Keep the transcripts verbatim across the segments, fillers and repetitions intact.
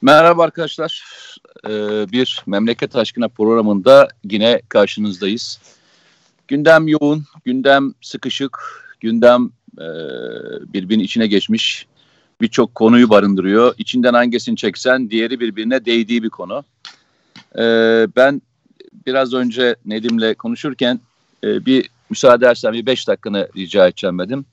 Merhaba arkadaşlar. Ee, bir Memleket Aşkına programında yine karşınızdayız. Gündem yoğun, gündem sıkışık, gündem e, birbirinin içine geçmiş. Birçok konuyu barındırıyor. İçinden hangisini çeksen diğeri birbirine değdiği bir konu. Ee, ben biraz önce Nedim'le konuşurken e, bir müsaade edersen bir beş dakikanı rica edeceğim dedim.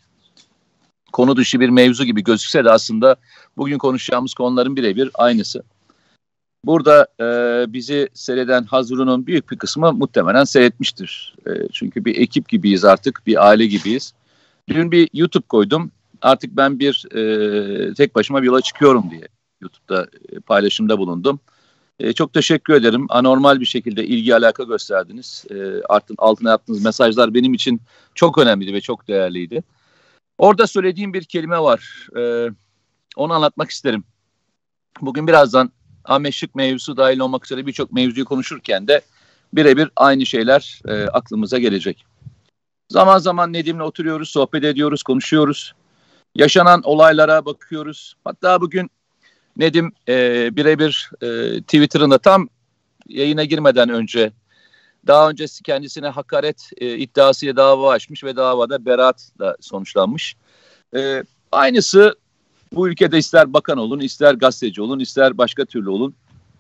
Konu dışı bir mevzu gibi gözükse de aslında bugün konuşacağımız konuların birebir aynısı. Burada e, bizi seyreden Hazırun'un büyük bir kısmı muhtemelen seyretmiştir. E, çünkü bir ekip gibiyiz artık, bir aile gibiyiz. Dün bir YouTube koydum. Artık ben bir e, tek başıma bir yola çıkıyorum diye YouTube'da e, paylaşımda bulundum. E, çok teşekkür ederim. Anormal bir şekilde ilgi alaka gösterdiniz. E, artık altına yaptığınız mesajlar benim için çok önemliydi ve çok değerliydi. Orada söylediğim bir kelime var. Ee, onu anlatmak isterim. Bugün birazdan Ahmet Şık mevzusu dahil olmak üzere birçok mevzuyu konuşurken de birebir aynı şeyler e, aklımıza gelecek. Zaman zaman Nedim'le oturuyoruz, sohbet ediyoruz, konuşuyoruz. Yaşanan olaylara bakıyoruz. Hatta bugün Nedim e, birebir e, Twitter'ında tam yayına girmeden önce daha öncesi kendisine hakaret e, iddiasıyla dava açmış ve davada beraatla sonuçlanmış. E, aynısı bu ülkede ister bakan olun, ister gazeteci olun, ister başka türlü olun.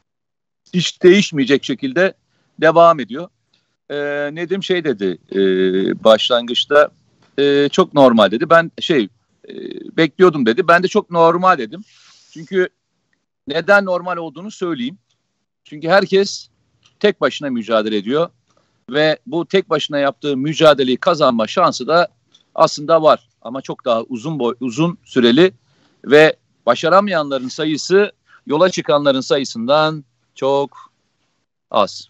Hiç değişmeyecek şekilde devam ediyor. E, Nedim şey dedi e, başlangıçta e, çok normal dedi. Ben şey e, bekliyordum dedi. Ben de çok normal dedim. Çünkü neden normal olduğunu söyleyeyim. Çünkü herkes tek başına mücadele ediyor ve bu tek başına yaptığı mücadeleyi kazanma şansı da aslında var ama çok daha uzun boy uzun süreli ve başaramayanların sayısı yola çıkanların sayısından çok az.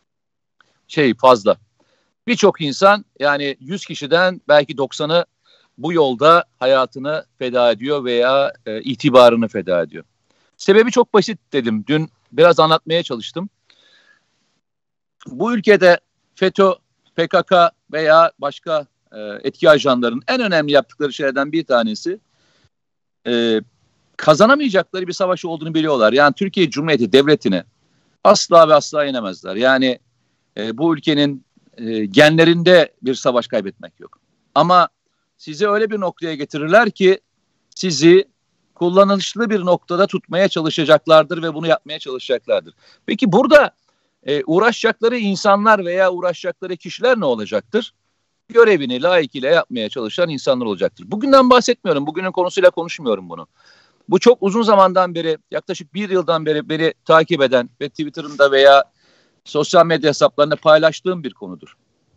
Şey fazla. Birçok insan yani yüz kişiden belki doksanı bu yolda hayatını feda ediyor veya e, itibarını feda ediyor. Sebebi çok basit dedim. Dün biraz anlatmaya çalıştım. Bu ülkede FETÖ, P K K veya başka e, etki ajanlarının en önemli yaptıkları şeylerden bir tanesi e, kazanamayacakları bir savaş olduğunu biliyorlar. Yani Türkiye Cumhuriyeti Devleti'ni asla ve asla yenemezler. Yani e, bu ülkenin e, genlerinde bir savaş kaybetmek yok. Ama sizi öyle bir noktaya getirirler ki sizi kullanışlı bir noktada tutmaya çalışacaklardır ve bunu yapmaya çalışacaklardır. Peki burada e, uğraşacakları insanlar veya uğraşacakları kişiler ne olacaktır? Görevini layıkıyla yapmaya çalışan insanlar olacaktır. Bugünden bahsetmiyorum. Bugünün konusuyla konuşmuyorum bunu. Bu çok uzun zamandan beri, yaklaşık bir yıldan beri beni takip eden ve Twitter'ımda veya sosyal medya hesaplarında paylaştığım bir konudur.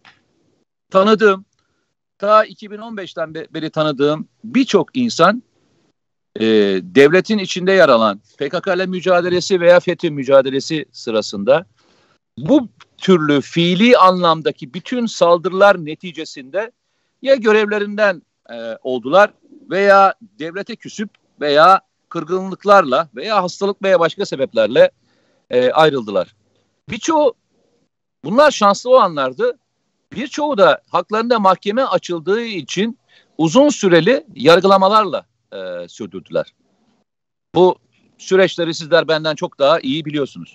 Tanıdığım, ta iki bin on beşten beri tanıdığım birçok insan e, devletin içinde yer alan P K K ile mücadelesi veya FETÖ mücadelesi sırasında bu türlü fiili anlamdaki bütün saldırılar neticesinde ya görevlerinden e, oldular veya devlete küsüp veya kırgınlıklarla veya hastalık veya başka sebeplerle e, ayrıldılar. Birçoğu bunlar şanslı olanlardı. Birçoğu da haklarında mahkeme açıldığı için uzun süreli yargılamalarla e, sürdürdüler. Bu süreçleri sizler benden çok daha iyi biliyorsunuz.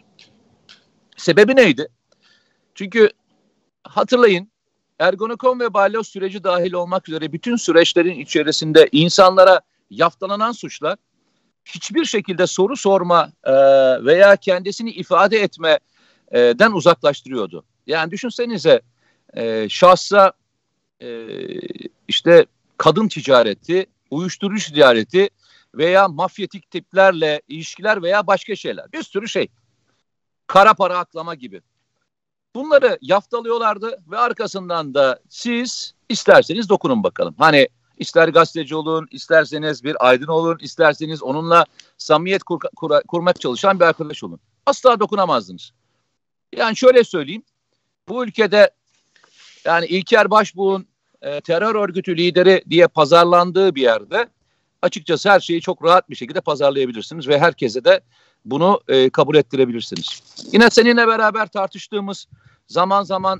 Sebebi neydi? Çünkü hatırlayın Ergonokon ve balyoz süreci dahil olmak üzere bütün süreçlerin içerisinde insanlara yaftalanan suçlar hiçbir şekilde soru sorma e, veya kendisini ifade etmeden uzaklaştırıyordu. Yani düşünsenize e, şahsa e, işte kadın ticareti, uyuşturucu ticareti veya mafyatik tiplerle ilişkiler veya başka şeyler. Bir sürü şey. Kara para aklama gibi. Bunları yaftalıyorlardı ve arkasından da siz isterseniz dokunun bakalım. Hani ister gazeteci olun, isterseniz bir aydın olun, isterseniz onunla samimiyet kur, kur, kurmak çalışan bir arkadaş olun. Asla dokunamazdınız. Yani şöyle söyleyeyim. Bu ülkede yani İlker Başbuğ'un e, terör örgütü lideri diye pazarlandığı bir yerde açıkçası her şeyi çok rahat bir şekilde pazarlayabilirsiniz ve herkese de bunu e, kabul ettirebilirsiniz. Yine seninle beraber tartıştığımız zaman zaman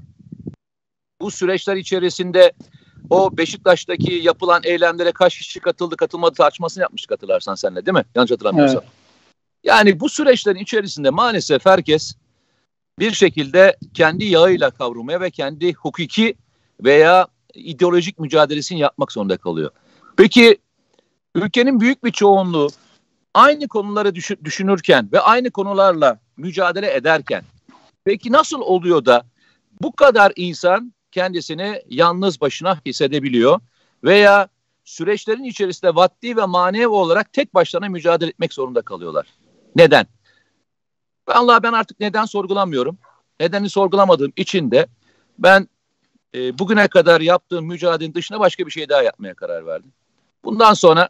bu süreçler içerisinde o Beşiktaş'taki yapılan eylemlere kaç kişi katıldı katılmadı tartışmasını yapmıştık hatırlarsan seninle değil mi? Yanlış hatırlamıyorsam. Evet. Yani bu süreçlerin içerisinde maalesef herkes bir şekilde kendi yağıyla kavrulmaya ve kendi hukuki veya ideolojik mücadelesini yapmak zorunda kalıyor. Peki ülkenin büyük bir çoğunluğu aynı konuları düşünürken ve aynı konularla mücadele ederken peki nasıl oluyor da bu kadar insan kendisini yalnız başına hissedebiliyor veya süreçlerin içerisinde maddi ve manevi olarak tek başlarına mücadele etmek zorunda kalıyorlar? Neden? Vallahi ben artık neden sorgulamıyorum. Nedeni sorgulamadığım için de ben e, bugüne kadar yaptığım mücadelenin dışında başka bir şey daha yapmaya karar verdim. Bundan sonra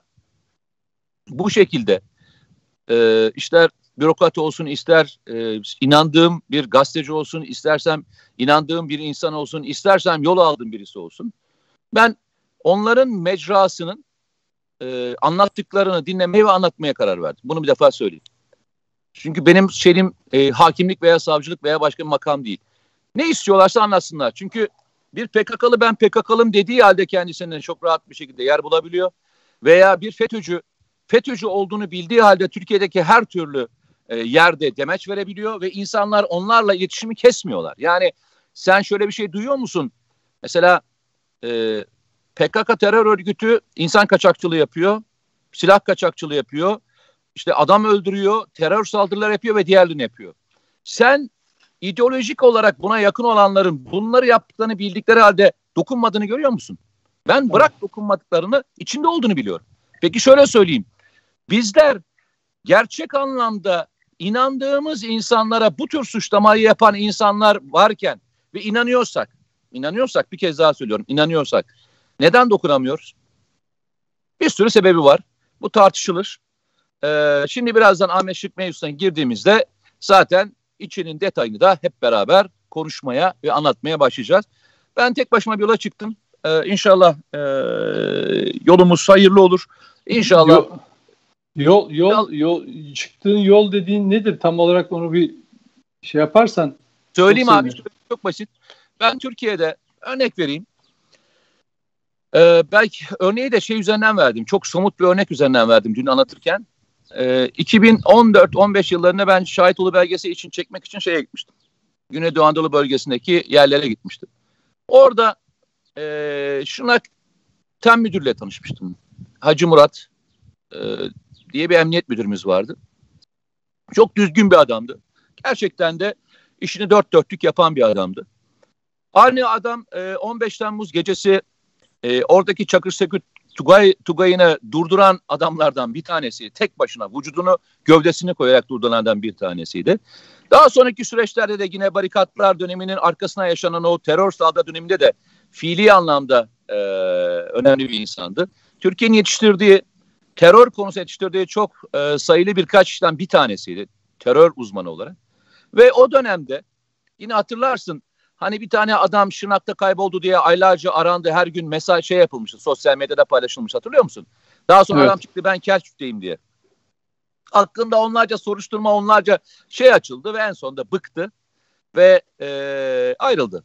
bu şekilde e, ister bürokrat olsun, ister e, inandığım bir gazeteci olsun, istersem inandığım bir insan olsun, istersem yol aldığım birisi olsun. Ben onların mecrasının e, anlattıklarını dinlemeye ve anlatmaya karar verdim. Bunu bir defa söyleyeyim. Çünkü benim şeyim e, hakimlik veya savcılık veya başka bir makam değil. Ne istiyorlarsa anlatsınlar. Çünkü bir P K K'lı ben P K K'lım dediği halde kendisine çok rahat bir şekilde yer bulabiliyor. Veya bir FETÖ'cü, FETÖ'cü olduğunu bildiği halde Türkiye'deki her türlü e, yerde demeç verebiliyor ve insanlar onlarla iletişimi kesmiyorlar. Yani sen şöyle bir şey duyuyor musun? Mesela e, P K K terör örgütü insan kaçakçılığı yapıyor, silah kaçakçılığı yapıyor, işte adam öldürüyor, terör saldırıları yapıyor ve diğerlerini yapıyor. Sen ideolojik olarak buna yakın olanların bunları yaptıklarını bildikleri halde dokunmadığını görüyor musun? Ben bırak dokunmadıklarını, içinde olduğunu biliyorum. Peki şöyle söyleyeyim. Bizler gerçek anlamda inandığımız insanlara bu tür suçlamayı yapan insanlar varken ve inanıyorsak, inanıyorsak bir kez daha söylüyorum, inanıyorsak neden dokunamıyoruz? Bir sürü sebebi var. Bu tartışılır. Ee, şimdi birazdan Ahmet Şık mevzusuna girdiğimizde zaten içinin detayını da hep beraber konuşmaya ve anlatmaya başlayacağız. Ben tek başıma bir yola çıktım. Ee, inşallah e, yolumuz hayırlı olur. İnşallah. Yol, yol, yol, yol, çıktığın yol dediğin nedir? Tam olarak onu bir şey yaparsan. Söyleyeyim abi, çok, çok basit. Ben Türkiye'de örnek vereyim. Ee, belki örneği de şey üzerinden verdim. Çok somut bir örnek üzerinden verdim dün anlatırken. Ee, iki bin on dört on beş yıllarında ben Şahitoğlu belgesi için çekmek için şeye gitmiştim. Güneydoğu Anadolu bölgesindeki yerlere gitmiştim. Orada e, Şırnak Tem Müdürü'yle tanışmıştım. Hacı Murat e, diye bir emniyet müdürümüz vardı. Çok düzgün bir adamdı. Gerçekten de işini dört dörtlük yapan bir adamdı. Aynı adam e, on beş Temmuz gecesi e, oradaki Çakır Sekü Tugay, Tugay'ını durduran adamlardan bir tanesi. Tek başına vücudunu, gövdesini koyarak durduranlardan bir tanesiydi. Daha sonraki süreçlerde de yine barikatlar döneminin arkasına yaşanan o terör saldırı döneminde de fiili anlamda e, önemli bir insandı. Türkiye'nin yetiştirdiği, terör konusu yetiştirdiği çok e, sayılı birkaç kişiden bir tanesiydi. Terör uzmanı olarak. Ve o dönemde yine hatırlarsın, hani bir tane adam Şırnak'ta kayboldu diye aylarca arandı, her gün mesaj şey yapılmıştı, sosyal medyada paylaşılmış, hatırlıyor musun? Daha sonra evet. Adam çıktı, ben Kerkük'teyim diye. Hakkında onlarca soruşturma, onlarca şey açıldı ve en sonunda bıktı ve e, ayrıldı.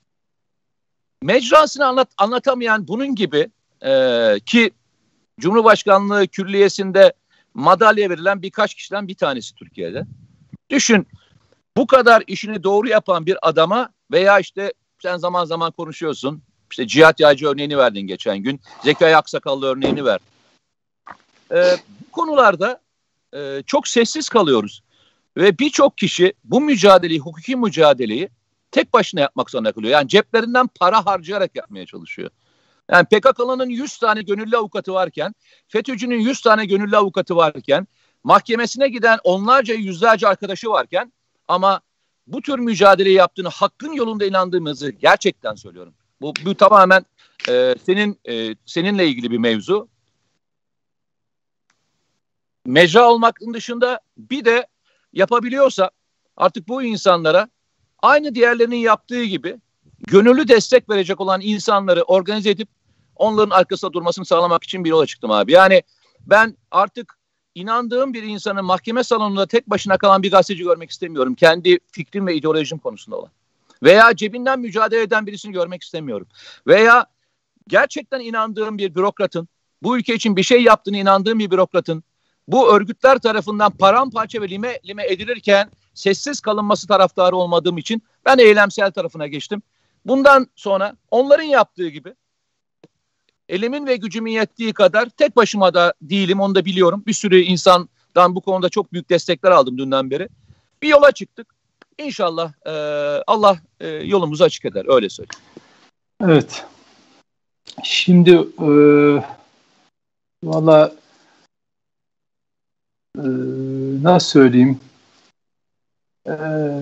Mecrasını anlat, anlatamayan bunun gibi e, ki Cumhurbaşkanlığı Külliyesi'nde madalya verilen birkaç kişiden bir tanesi Türkiye'de. Düşün, bu kadar işini doğru yapan bir adama veya işte sen zaman zaman konuşuyorsun, işte Cihat Yaycı örneğini verdin geçen gün, Zekai Aksakallı örneğini ver. Ee, bu konularda e, çok sessiz kalıyoruz ve birçok kişi bu mücadeleyi, hukuki mücadeleyi tek başına yapmak zorunda kalıyor. Yani ceplerinden para harcayarak yapmaya çalışıyor. Yani P K K'nın yüz tane gönüllü avukatı varken, FETÖ'cünün yüz tane gönüllü avukatı varken, mahkemesine giden onlarca yüzlerce arkadaşı varken ama bu tür mücadeleyi yaptığını, hakkın yolunda inandığımızı gerçekten söylüyorum. Bu, bu tamamen e, senin e, seninle ilgili bir mevzu. Mecra olmakın dışında bir de yapabiliyorsa artık bu insanlara aynı diğerlerinin yaptığı gibi gönüllü destek verecek olan insanları organize edip onların arkasında durmasını sağlamak için bir yola çıktım abi. Yani ben artık inandığım bir insanın mahkeme salonunda tek başına kalan bir gazeteci görmek istemiyorum. Kendi fikrim ve ideolojim konusunda olan. Veya cebinden mücadele eden birisini görmek istemiyorum. Veya gerçekten inandığım bir bürokratın, bu ülke için bir şey yaptığını inandığım bir bürokratın bu örgütler tarafından paramparça ve lime lime edilirken sessiz kalınması taraftarı olmadığım için ben eylemsel tarafına geçtim. Bundan sonra onların yaptığı gibi elimin ve gücümün yettiği kadar tek başıma da değilim, onu da biliyorum. Bir sürü insandan bu konuda çok büyük destekler aldım dünden beri. Bir yola çıktık. İnşallah e, Allah e, yolumuzu açık eder, öyle söyleyeyim. Evet. Şimdi e, valla e, nasıl söyleyeyim? E,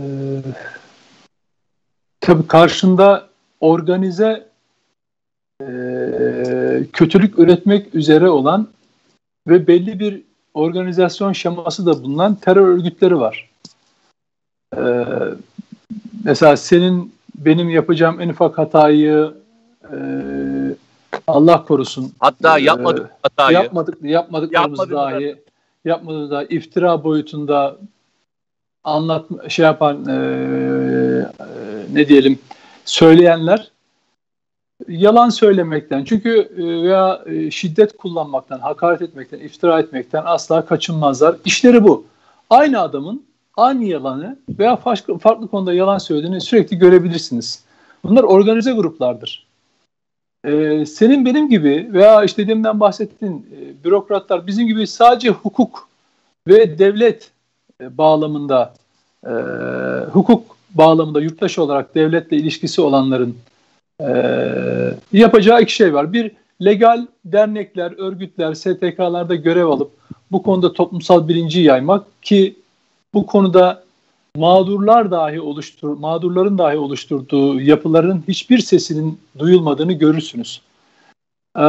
tabii karşında organize e, kötülük üretmek üzere olan ve belli bir organizasyon şeması da bulunan terör örgütleri var. E, mesela senin benim yapacağım en ufak hatayı e, Allah korusun. Hatta yapmadık hatayı. Yapmadık, yapmadıklarımız Yapmadık dahi yapmadığımız dahi iftira boyutunda anlat şey yapan e, e, ne diyelim söyleyenler yalan söylemekten çünkü veya şiddet kullanmaktan, hakaret etmekten, iftira etmekten asla kaçınmazlar. İşleri bu. Aynı adamın aynı yalanı veya farklı, farklı konuda yalan söylediğini sürekli görebilirsiniz. Bunlar organize gruplardır. Ee, senin benim gibi veya işte demden bahsettiğin e, bürokratlar bizim gibi sadece hukuk ve devlet e, bağlamında e, hukuk bağlamında yurttaş olarak devletle ilişkisi olanların e, yapacağı iki şey var. Bir, legal dernekler, örgütler, S T K'larda görev alıp bu konuda toplumsal bilinci yaymak ki bu konuda mağdurlar dahi oluştur, mağdurların dahi oluşturduğu yapıların hiçbir sesinin duyulmadığını görürsünüz. Ee,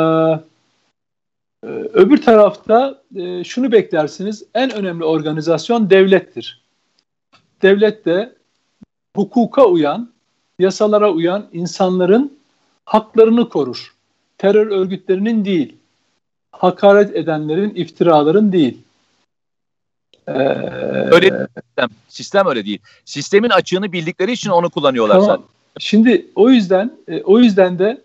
öbür tarafta e, şunu beklersiniz, en önemli organizasyon devlettir. Devlet de hukuka uyan, yasalara uyan insanların haklarını korur. Terör örgütlerinin değil, hakaret edenlerin, iftiraların değil. Ee, öyle sistem. Sistem öyle değil. Sistemin açığını bildikleri için onu kullanıyorlar tamam. zaten. Şimdi o yüzden e, o yüzden de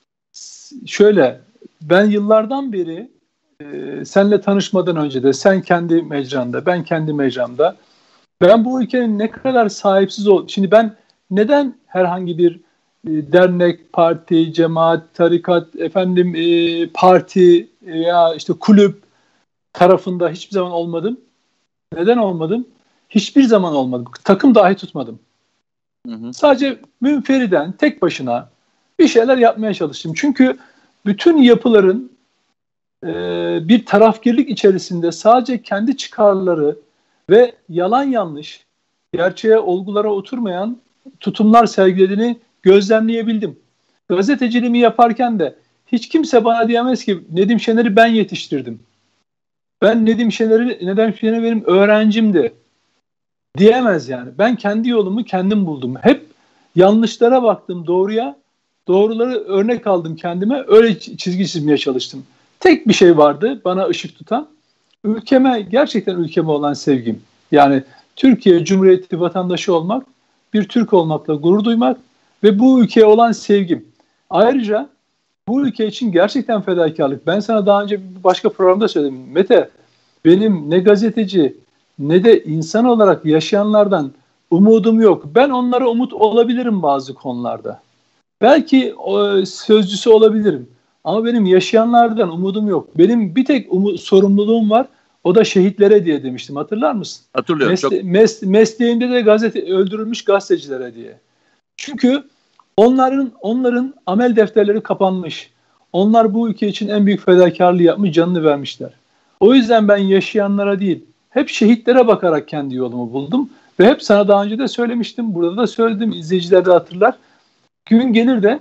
şöyle ben yıllardan beri e, seninle tanışmadan önce de sen kendi mecranda, ben kendi mecramda ben bu ülkenin ne kadar sahipsiz ol. Şimdi ben neden herhangi bir e, dernek, parti, cemaat, tarikat, efendim e, parti veya işte kulüp tarafında hiçbir zaman olmadım? Neden olmadım? Hiçbir zaman olmadım. Takım dahi tutmadım. Hı hı. Sadece münferiden, tek başına bir şeyler yapmaya çalıştım. Çünkü bütün yapıların e, bir tarafgirlik içerisinde sadece kendi çıkarları ve yalan yanlış, gerçeğe, olgulara oturmayan tutumlar sergilediğini gözlemleyebildim. Gazeteciliğimi yaparken de hiç kimse bana diyemez ki Nedim Şener'i ben yetiştirdim. Ben Nedim Şener'i, Nedim Şener benim öğrencimdi diyemez yani. Ben kendi yolumu kendim buldum. Hep yanlışlara baktım, doğruya, doğruları örnek aldım kendime, öyle çizgi çizmeye çalıştım. Tek bir şey vardı bana ışık tutan, ülkeme, gerçekten ülkeme olan sevgim. Yani Türkiye Cumhuriyeti vatandaşı olmak, bir Türk olmakla gurur duymak ve bu ülkeye olan sevgim. Ayrıca bu ülke için gerçekten fedakarlık. Ben sana daha önce bir başka programda söyledim. Mete, benim ne gazeteci ne de insan olarak yaşayanlardan umudum yok. Ben onlara umut olabilirim bazı konularda. Belki o, sözcüsü olabilirim. Ama benim yaşayanlardan umudum yok. Benim bir tek umut, sorumluluğum var. O da şehitlere diye demiştim. Hatırlar mısın? Hatırlıyorum. Mesle- çok... mes- mesleğimde de gazete öldürülmüş gazetecilere diye. Çünkü onların onların amel defterleri kapanmış. Onlar bu ülke için en büyük fedakarlığı yapmış, canını vermişler. O yüzden ben yaşayanlara değil, hep şehitlere bakarak kendi yolumu buldum. Ve hep sana daha önce de söylemiştim, burada da söyledim, izleyiciler de hatırlar. Gün gelir de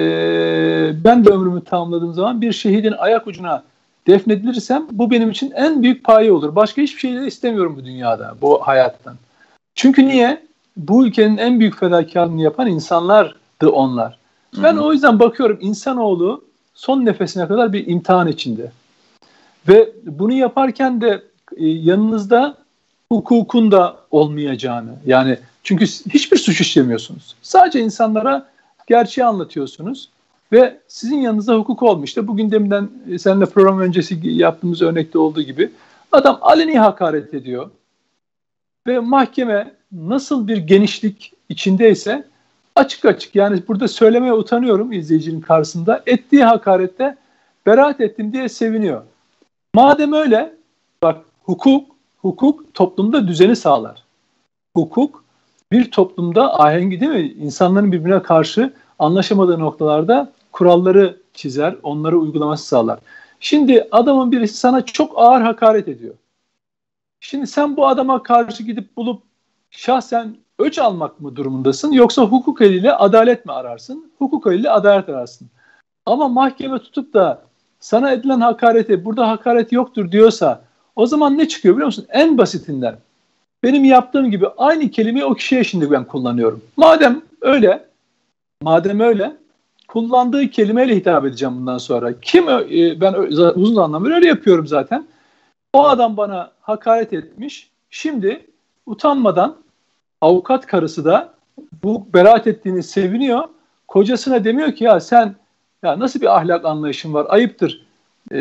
e, ben de ömrümü tamamladığım zaman bir şehidin ayak ucuna defnedilirsem bu benim için en büyük paye olur. Başka hiçbir şey de istemiyorum bu dünyada, bu hayattan. Çünkü niye? Bu ülkenin en büyük fedakarlığını yapan insanlardı onlar. Ben Hı-hı. o yüzden bakıyorum insanoğlu son nefesine kadar bir imtihan içinde. Ve bunu yaparken de e, yanınızda hukukun da olmayacağını, yani çünkü hiçbir suç işlemiyorsunuz. Sadece insanlara gerçeği anlatıyorsunuz ve sizin yanınızda hukuk olmuş. İşte bugün deminden seninle program öncesi yaptığımız örnekte olduğu gibi Adam aleni hakaret ediyor. Ve mahkeme nasıl bir genişlik içindeyse açık açık, yani burada söylemeye utanıyorum izleyicinin karşısında, ettiği hakarette beraat ettim diye seviniyor. Madem öyle, bak, hukuk, hukuk toplumda düzeni sağlar. Hukuk bir toplumda ahengi, değil mi? İnsanların birbirine karşı anlaşamadığı noktalarda kuralları çizer, onları uygulaması sağlar. Şimdi adamın birisi sana çok ağır hakaret ediyor. Şimdi sen bu adama karşı gidip bulup şahsen öç almak mı durumundasın, yoksa hukuk eliyle adalet mi ararsın? Hukuk eliyle adalet ararsın. Ama mahkeme tutup da sana edilen hakareti, burada hakaret yoktur diyorsa, o zaman ne çıkıyor biliyor musun? En basitinden benim yaptığım gibi aynı kelimeyi o kişiye şimdi ben kullanıyorum. Madem öyle, madem öyle kullandığı kelimeyle hitap edeceğim bundan sonra. Kim, ben uzun anlamda öyle yapıyorum zaten. O adam bana hakaret etmiş. Şimdi utanmadan avukat karısı da bu beraat ettiğini seviniyor. Kocasına demiyor ki ya sen, ya nasıl bir ahlak anlayışın var, ayıptır. Ee,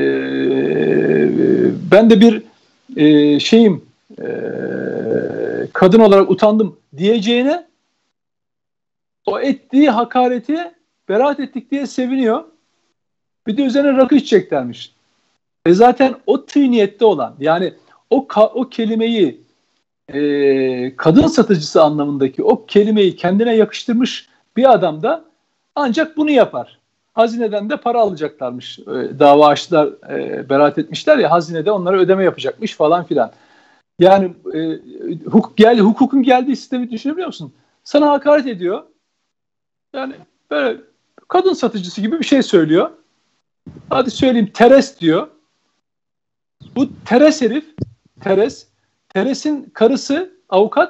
ben de bir e, şeyim, e, kadın olarak utandım diyeceğine, o ettiği hakareti beraat ettik diye seviniyor. Bir de üzerine rakı içeceklermiş. Ve zaten o tığ niyette olan, yani o o kelimeyi e, kadın satıcısı anlamındaki o kelimeyi kendine yakıştırmış bir adam da ancak bunu yapar. Hazineden de para alacaklarmış. E, dava açtılar, e, beraat etmişler ya, hazinede onlara ödeme yapacakmış falan filan. Yani e, hukuk, gel, hukukun geldiği sistemi düşünebiliyor musun? Sana hakaret ediyor. Yani böyle kadın satıcısı gibi bir şey söylüyor. Hadi söyleyeyim, Teres diyor. Bu Teres herif, Teres, Teres'in karısı avukat,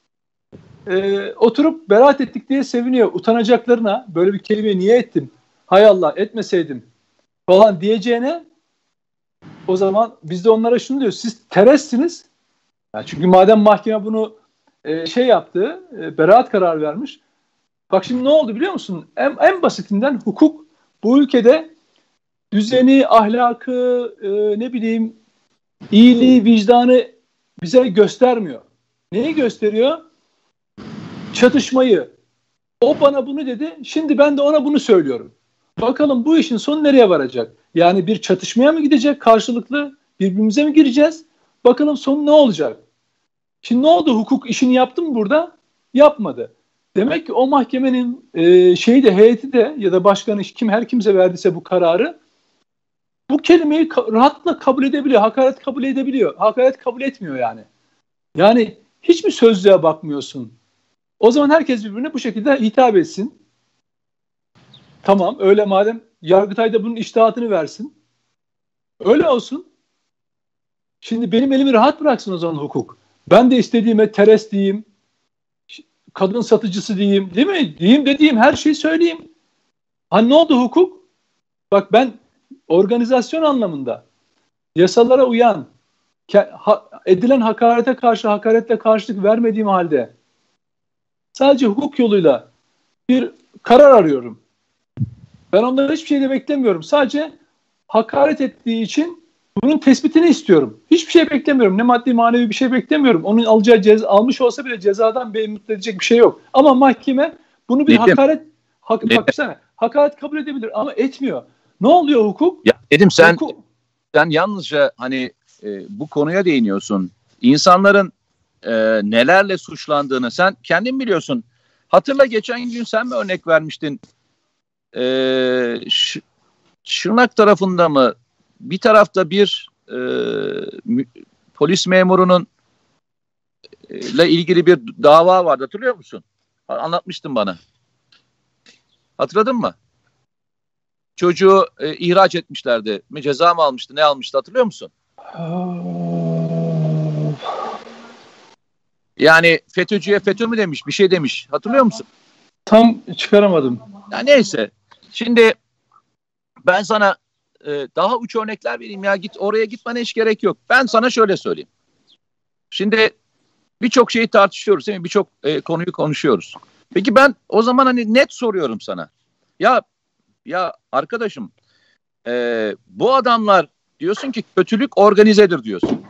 e, oturup beraat ettik diye seviniyor. Utanacaklarına, böyle bir kelimeyi niye ettim, hay Allah etmeseydim falan diyeceğine, o zaman biz de onlara şunu diyoruz: siz Teres'siniz. Yani çünkü madem mahkeme bunu e, şey yaptı, e, beraat kararı vermiş. Bak şimdi ne oldu biliyor musun? En, en basitinden hukuk bu ülkede düzeni, ahlakı, e, ne bileyim, iyiliği, vicdanı bize göstermiyor. Neyi gösteriyor? Çatışmayı. O bana bunu dedi, şimdi ben de ona bunu söylüyorum. Bakalım bu işin sonu nereye varacak? Yani bir çatışmaya mı gidecek karşılıklı? Birbirimize mi gireceğiz? Bakalım sonu ne olacak? Şimdi ne oldu? Hukuk işini yaptı mı burada? Yapmadı. Demek ki o mahkemenin e, şeyi de, heyeti de, ya da başkanı, kim her kimse verdiyse bu kararı, bu kelimeyi ka- rahatlıkla kabul edebiliyor. Hakaret kabul edebiliyor. Hakaret kabul etmiyor yani. Yani hiç mi sözlüğe bakmıyorsun? O zaman herkes birbirine bu şekilde hitap etsin. Tamam, öyle madem, Yargıtay da bunun içtihatını versin. Öyle olsun. Şimdi benim elimi rahat bıraksın o zaman hukuk. Ben de istediğime Teres diyeyim, kadın satıcısı diyeyim, değil mi? Diyeyim dediğim her şeyi söyleyeyim. Hani ne oldu hukuk? Bak, ben organizasyon anlamında yasalara uyan, edilen hakarete karşı hakaretle karşılık vermediğim halde sadece hukuk yoluyla bir karar arıyorum. Ben ondan hiçbir şey de beklemiyorum. Sadece hakaret ettiği için bunun tespitini istiyorum. Hiçbir şey beklemiyorum. Ne maddi manevi bir şey beklemiyorum. Onun alacağı ceza, almış olsa bile cezadan beni mutlu edecek bir şey yok. Ama mahkeme bunu bir Nedim. hakaret hak, Nedim. bak bir saniye, hakaret kabul edebilir ama etmiyor. Ne oluyor hukuk? Ya dedim sen hukuk. sen yalnızca hani e, bu konuya değiniyorsun. İnsanların e, nelerle suçlandığını sen kendin biliyorsun. Hatırla, geçen gün sen mi örnek vermiştin? E, Ş- Şırnak tarafında mı? Bir tarafta bir e, mü, polis memurunun e, ile ilgili bir dava vardı. Hatırlıyor musun? Anlatmıştın bana. Hatırladın mı? Çocuğu e, ihraç etmişlerdi. Mi ceza mı almıştı? Ne almıştı? Hatırlıyor musun? Yani FETÖ'cüye FETÖ mü demiş? Bir şey demiş. Hatırlıyor musun? Tam çıkaramadım. Ya neyse. Şimdi ben sana e, daha uç örnekler vereyim ya. Git oraya, gitmene hiç gerek yok. Ben sana şöyle söyleyeyim. Şimdi birçok şeyi tartışıyoruz, değil mi? Birçok e, konuyu konuşuyoruz. Peki ben o zaman hani net soruyorum sana. Ya ya arkadaşım, e, bu adamlar diyorsun ki kötülük organizedir diyorsun.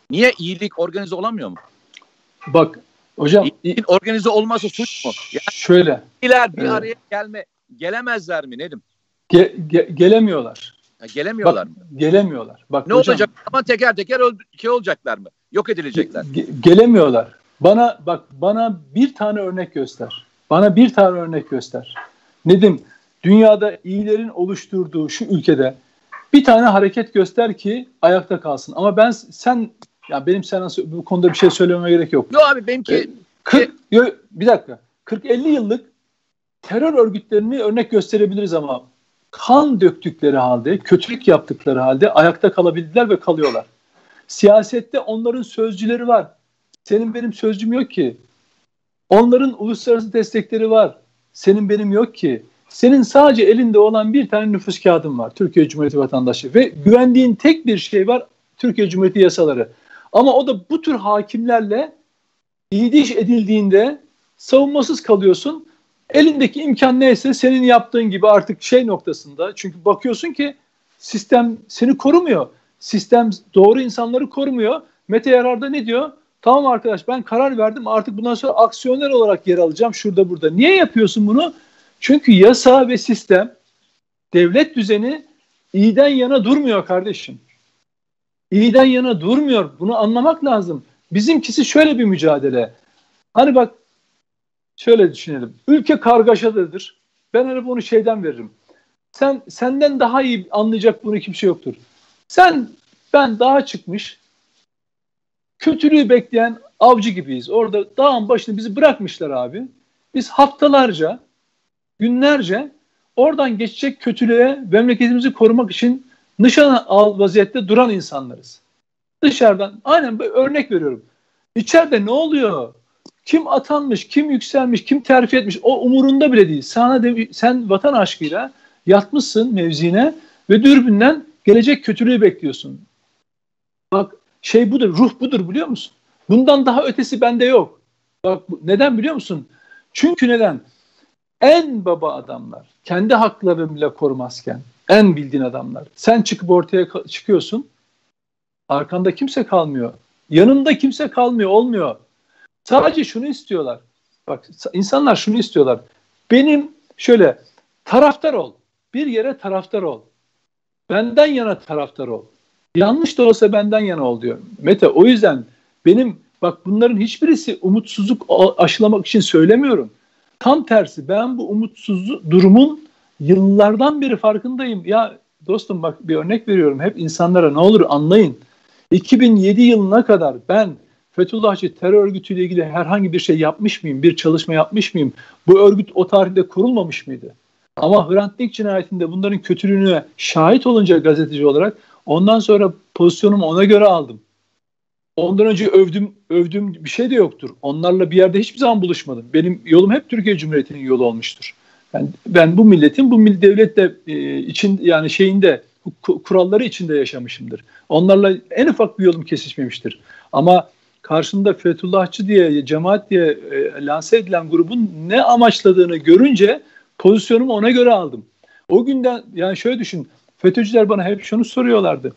Niye iyilik organize olamıyor mu? Bak hocam. İyilik organize olması suç mu? Yani şöyle. İyiler bir evet. araya gelme gelemezler mi Nedim? Ge, ge, gelemiyorlar. Ha, gelemiyorlar Bak, mı? Gelemiyorlar. Bak, ne hocam, olacak? Ama teker teker öl, şey olacaklar mı? Yok edilecekler. Ge, gelemiyorlar. Bana bak bana bir tane örnek göster. Bana bir tane örnek göster. Nedim, dünyada iyilerin oluşturduğu şu ülkede bir tane hareket göster ki ayakta kalsın. Ama ben sen ya benim sana bu konuda bir şey söylememe gerek yok. Yok abi benimki ee, kırk, yo, bir dakika. kırk elli yıllık terör örgütlerini örnek gösterebiliriz ama kan döktükleri halde, kötülük yaptıkları halde ayakta kalabildiler ve kalıyorlar. Siyasette onların sözcüleri var. Senin benim sözcüm yok ki. Onların uluslararası destekleri var. Senin benim yok ki. Senin sadece elinde olan bir tane nüfus kağıdın var. Türkiye Cumhuriyeti vatandaşı. Ve güvendiğin tek bir şey var. Türkiye Cumhuriyeti yasaları. Ama o da bu tür hakimlerle iyiliş edildiğinde savunmasız kalıyorsun. Elindeki imkan neyse senin yaptığın gibi artık şey noktasında. Çünkü bakıyorsun ki sistem seni korumuyor. Sistem doğru insanları korumuyor. Mete Yarar da ne diyor? Tamam arkadaş ben karar verdim artık bundan sonra aksiyoner olarak yer alacağım şurada burada. Niye yapıyorsun bunu? Çünkü yasa ve sistem, devlet düzeni iyiden yana durmuyor kardeşim. İyiden yana durmuyor. Bunu anlamak lazım. Bizimkisi şöyle bir mücadele. Hani bak şöyle düşünelim. Ülke kargaşalıdır. Ben hani bunu şeyden veririm. Sen senden daha iyi anlayacak bunu kimse yoktur. Sen ben dağa çıkmış kötülüğü bekleyen avcı gibiyiz. Orada dağın başında bizi bırakmışlar abi. Biz haftalarca, günlerce oradan geçecek kötülüğe memleketimizi korumak için nişan al vaziyette duran insanlarız. Dışarıdan aynen bir örnek veriyorum. İçeride ne oluyor? Kim atanmış, kim yükselmiş, kim terfi etmiş o umurunda bile değil. Sana de, sen vatan aşkıyla yatmışsın mevzine ve dürbünden gelecek kötülüğü bekliyorsun. Bak şey budur, ruh budur biliyor musun? Bundan daha ötesi bende yok. Bak neden biliyor musun? Çünkü neden? En baba adamlar kendi haklarını bile korumazken en bildiğin adamlar. Sen çıkıp ortaya çıkıyorsun. Arkanda kimse kalmıyor. Yanında kimse kalmıyor, olmuyor. Sadece şunu istiyorlar. Bak insanlar şunu istiyorlar. Benim şöyle taraftar ol. Bir yere taraftar ol. Benden yana taraftar ol. Yanlış da olsa benden yana ol diyor. Mete o yüzden benim bak bunların hiçbirisi umutsuzluk aşılamak için söylemiyorum. Tam tersi ben bu umutsuz durumun yıllardan beri farkındayım. Ya dostum bak bir örnek veriyorum. Hep insanlara ne olur anlayın. iki bin yedi yılına kadar ben Fethullahçı terör örgütüyle ilgili herhangi bir şey yapmış mıyım? Bir çalışma yapmış mıyım? Bu örgüt o tarihte kurulmamış mıydı? Ama Hrant Dink cinayetinde bunların kötülüğüne şahit olunca gazeteci olarak ondan sonra pozisyonumu ona göre aldım. Ondan önce övdüm, övdüğüm bir şey de yoktur. Onlarla bir yerde hiçbir zaman buluşmadım. Benim yolum hep Türkiye Cumhuriyeti'nin yolu olmuştur. Yani ben bu milletin, bu devletle e, için yani şeyinde kuralları içinde yaşamışımdır. Onlarla en ufak bir yolum kesişmemiştir. Ama karşında Fethullahçı diye, cemaat diye e, lanse edilen grubun ne amaçladığını görünce pozisyonumu ona göre aldım. O günden yani şöyle düşün. FETÖ'cüler bana hep şunu soruyorlardı.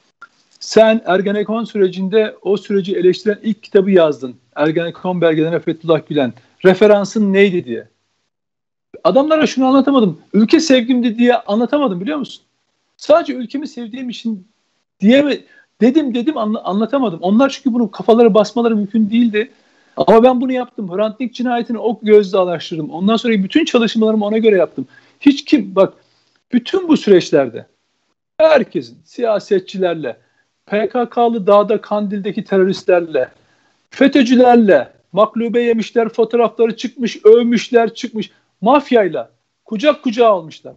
Sen Ergenekon sürecinde o süreci eleştiren ilk kitabı yazdın. Ergenekon belgelerine Fethullah Gülen. Referansın neydi diye. Adamlara şunu anlatamadım. Ülke sevgimdi diye anlatamadım biliyor musun? Sadece ülkemi sevdiğim için diye mi dedim dedim anlatamadım. Onlar çünkü bunu kafaları basmaları mümkün değildi. Ama ben bunu yaptım. Hrant Dink cinayetini o gözle araştırdım. Ondan sonra bütün çalışmalarımı ona göre yaptım. Hiç kim bak bütün bu süreçlerde herkesin siyasetçilerle, P K K'lı dağda Kandil'deki teröristlerle, FETÖ'cülerle, maklube yemişler, fotoğrafları çıkmış, övmüşler, çıkmış, mafyayla kucak kucağa almışlar.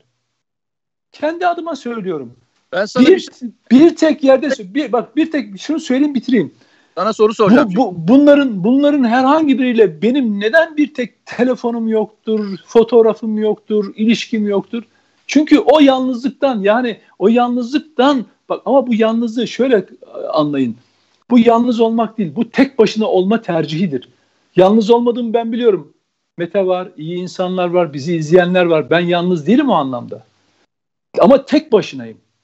Kendi adıma söylüyorum. Ben sana bir, bir, şey... bir tek yerde bir bak bir tek şunu söyleyeyim bitireyim. Sana soru soracağım. Bu, bu, bunların bunların herhangi biriyle benim neden bir tek telefonum yoktur, fotoğrafım yoktur, ilişkim yoktur? Çünkü o yalnızlıktan yani o yalnızlıktan bak ama bu yalnızlığı şöyle anlayın. Bu yalnız olmak değil, bu tek başına olma tercihidir. Yalnız olmadığımı ben biliyorum. Mete var, iyi insanlar var, bizi izleyenler var. Ben yalnız değilim o anlamda. Ama tek başınayım.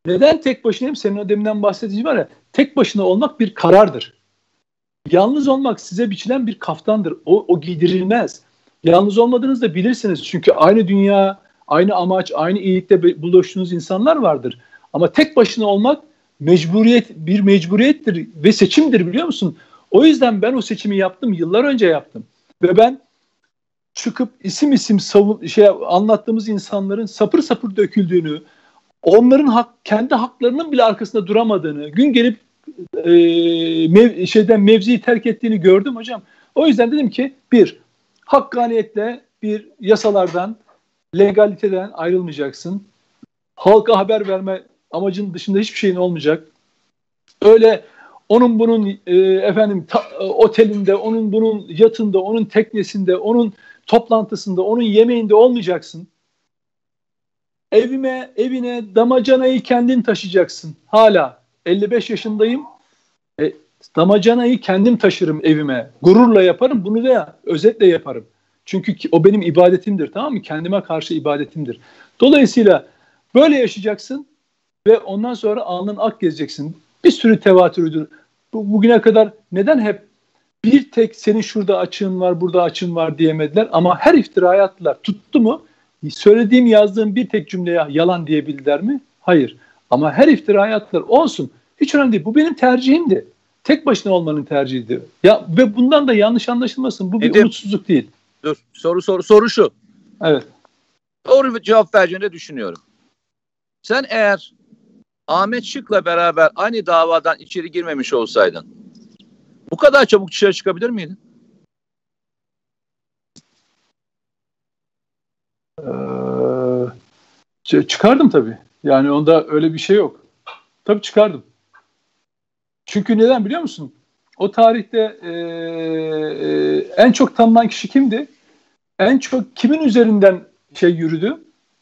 Neden tek başınayım? Senin o deminden bahsettiğin var ya, tek başına olmak bir karardır. Yalnız olmak size biçilen bir kaftandır. O, o giydirilmez. Yalnız olmadığınızı da bilirsiniz. Çünkü aynı dünya, aynı amaç, aynı iyilikte buluştuğunuz insanlar vardır. Ama tek başına olmak mecburiyet, bir mecburiyettir ve seçimdir, biliyor musun? O yüzden ben o seçimi yaptım. Yıllar önce yaptım. Ve ben çıkıp isim isim savun, şey, anlattığımız insanların sapır sapır döküldüğünü, onların hak, kendi haklarının bile arkasında duramadığını, gün gelip e, mev, şeyden mevziyi terk ettiğini gördüm hocam. O yüzden dedim ki bir, hakkaniyetle bir yasalardan, legaliteden ayrılmayacaksın. Halka haber verme amacın dışında hiçbir şeyin olmayacak. Öyle onun bunun e, efendim ta, otelinde, onun bunun yatında, onun teknesinde, onun toplantısında, onun yemeğinde olmayacaksın. Evime, evine damacanayı kendin taşıyacaksın. Hala elli beş yaşındayım. E, damacanayı kendim taşırım evime. Gururla yaparım. Bunu da özetle yaparım. Çünkü o benim ibadetimdir, tamam mı? Kendime karşı ibadetimdir. Dolayısıyla böyle yaşayacaksın ve ondan sonra alnın ak gezeceksin. Bir sürü tevatürüdür. Bu, bugüne kadar neden hep bir tek senin şurada açığın var, burada açığın var diyemediler ama her iftiraya attılar. Tuttu mu? Söylediğim, yazdığım bir tek cümleye yalan diyebildiler mi? Hayır. Ama her iftiraya attılar. Olsun. Hiç önemli değil. Bu benim tercihimdi. Tek başına olmanın tercihiydi. Ya ve bundan da yanlış anlaşılmasın. Bu bir Nedim, umutsuzluk değil. Dur. Soru soru soru şu. Evet. Doğru bir cevap vereceğini düşünüyorum. Sen eğer Ahmet Şık'la beraber aynı davadan içeri girmemiş olsaydın bu kadar çabuk dışarı çıkabilir miydin? Ee, çıkardım tabii. Yani onda öyle bir şey yok. Tabii çıkardım. Çünkü neden biliyor musun? O tarihte e, e, en çok tanınan kişi kimdi? En çok kimin üzerinden şey yürüdü?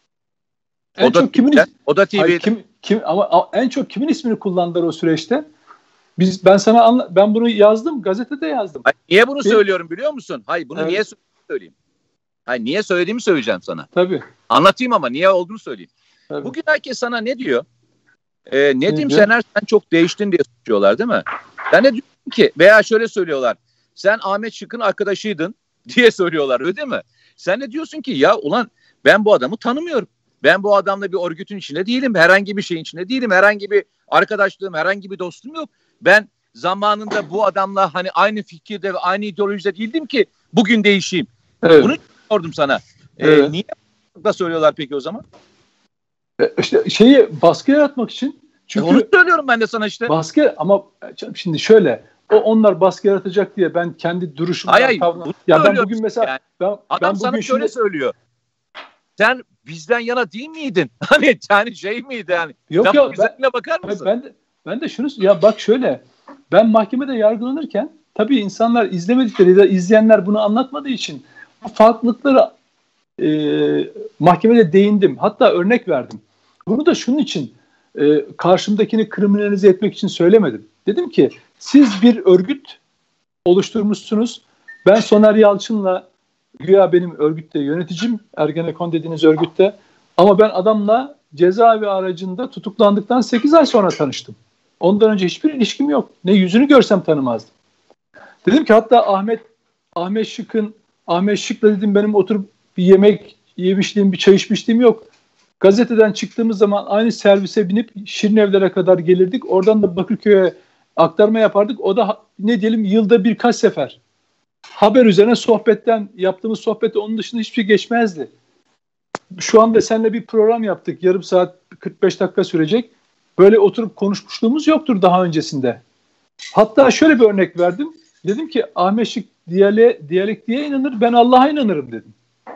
En o da çok kimin T V'den, o da T V'den. Hayır, kim kim ama en çok kimin ismini kullandılar o süreçte? Biz ben sana anla, ben bunu yazdım, gazetede yazdım. Hayır, niye bunu Kim? söylüyorum biliyor musun? Hayır, bunu Evet. niye söyleyeyim? Hayır, niye söylediğimi söyleyeceğim sana. Tabii. Anlatayım ama niye olduğunu söyleyeyim. Tabii. Bugün herkes sana ne diyor? Ee, Nedim Ne Şener sen çok değiştin diye suçluyorlar değil mi? Ben de diyorum ki veya şöyle söylüyorlar. Sen Ahmet Şık'ın arkadaşıydın diye söylüyorlar, öyle değil mi? Sen de diyorsun ki ya ulan ben bu adamı tanımıyorum. Ben bu adamla bir örgütün içinde değilim. Herhangi bir şeyin içinde değilim. Herhangi bir arkadaşlığım, herhangi bir dostum yok. Ben zamanında bu adamla hani aynı fikirde ve aynı ideolojide değildim ki bugün değişeyim. Evet. Bunu sordum sana. Ee, Evet. Niye da söylüyorlar peki o zaman? E, İşte şeyi baskı yaratmak için. Çünkü E onu söylüyorum ben de sana işte. Baskı ama şimdi şöyle, o onlar baskı yaratacak diye ben kendi duruşumdan Hayır, tavrına, ya ben bugün mesela yani. ben, Adam ben sana bugün şöyle şimdi, söylüyor. Sen bizden yana değil miydin? Hani yani şey miydi yani? yok Laf ya güzelliğine bakar ben, mısın? ben de ben de şunu ya bak şöyle, ben mahkemede yargılanırken tabii insanlar izlemedikleri ya da izleyenler bunu anlatmadığı için bu farklılıkları e, mahkemede değindim. Hatta örnek verdim. Bunu da şunun için e, karşımdakini kriminalize etmek için söylemedim. Dedim ki siz bir örgüt oluşturmuşsunuz. Ben Soner Yalçın'la güya benim örgütte yöneticim, Ergenekon dediğiniz örgütte, ama ben adamla cezaevi aracında tutuklandıktan sekiz ay sonra tanıştım. Ondan önce hiçbir ilişkim yok. Ne yüzünü görsem tanımazdım. Dedim ki hatta Ahmet Ahmet Şık'ın Ahmet Şık'la dedim benim oturup bir yemek yemişliğim, bir çay içmişliğim yok. Gazeteden çıktığımız zaman aynı servise binip Şirinevlere kadar gelirdik. Oradan da Bakırköy'e aktarma yapardık. O da ne diyelim yılda birkaç sefer. Haber üzerine sohbetten yaptığımız sohbette onun dışında hiçbir şey geçmezdi. Şu anda seninle bir program yaptık. Yarım saat kırk beş dakika sürecek. Böyle oturup konuşmuşluğumuz yoktur daha öncesinde. Hatta şöyle bir örnek verdim. Dedim ki Ahmet Şık diyale, diyalektiğe inanır, ben Allah'a inanırım dedim.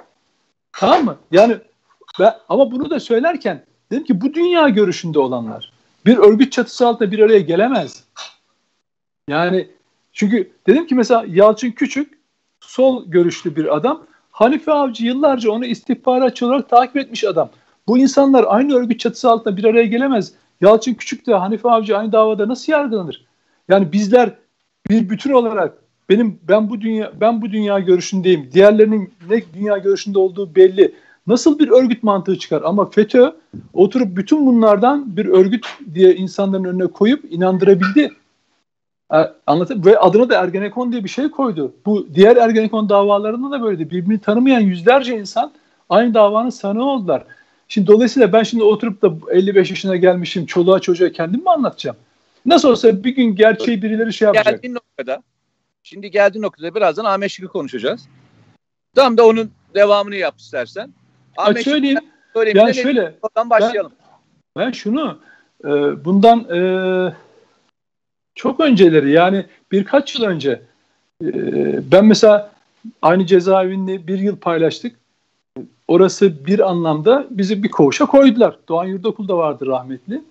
Tamam mı? Yani ben, ama bunu da söylerken dedim ki bu dünya görüşünde olanlar bir örgüt çatısı altında bir araya gelemez. Yani çünkü dedim ki mesela Yalçın Küçük sol görüşlü bir adam. Hanife Avcı yıllarca onu istihbaratçı olarak takip etmiş adam. Bu insanlar aynı örgüt çatısı altında bir araya gelemez. Yalçın Küçük de Hanife Avcı aynı davada nasıl yargılanır? Yani bizler bir bütün olarak benim ben bu dünya ben bu dünya görüşündeyim. Diğerlerinin ne dünya görüşünde olduğu belli. nasıl bir örgüt mantığı çıkar? Ama FETÖ oturup bütün bunlardan bir örgüt diye insanların önüne koyup inandırabildi. Anlatayım. Ve adına da Ergenekon diye bir şey koydu. Bu diğer Ergenekon davalarında da böyleydi. Birbirini tanımayan yüzlerce insan aynı davanın sanığı oldular. Şimdi dolayısıyla ben şimdi oturup da elli beş yaşına gelmişim, çoluğa çocuğa kendim mi anlatacağım? Nasıl olsa bir gün gerçeği birileri şey yapacak. Geldiğin noktada, şimdi geldiğin noktada birazdan Ahmet Şık'ı konuşacağız. Tam da onun devamını yap istersen. Ahmet söyleyeyim. Şık'ı yani şöyle. Oradan başlayalım. Ben, ben şunu e, bundan e, çok önceleri, yani birkaç yıl önce e, ben mesela aynı cezaevinde bir yıl paylaştık. Orası bir anlamda bizi bir koğuşa koydular. Doğan Yurdakul da vardı rahmetli.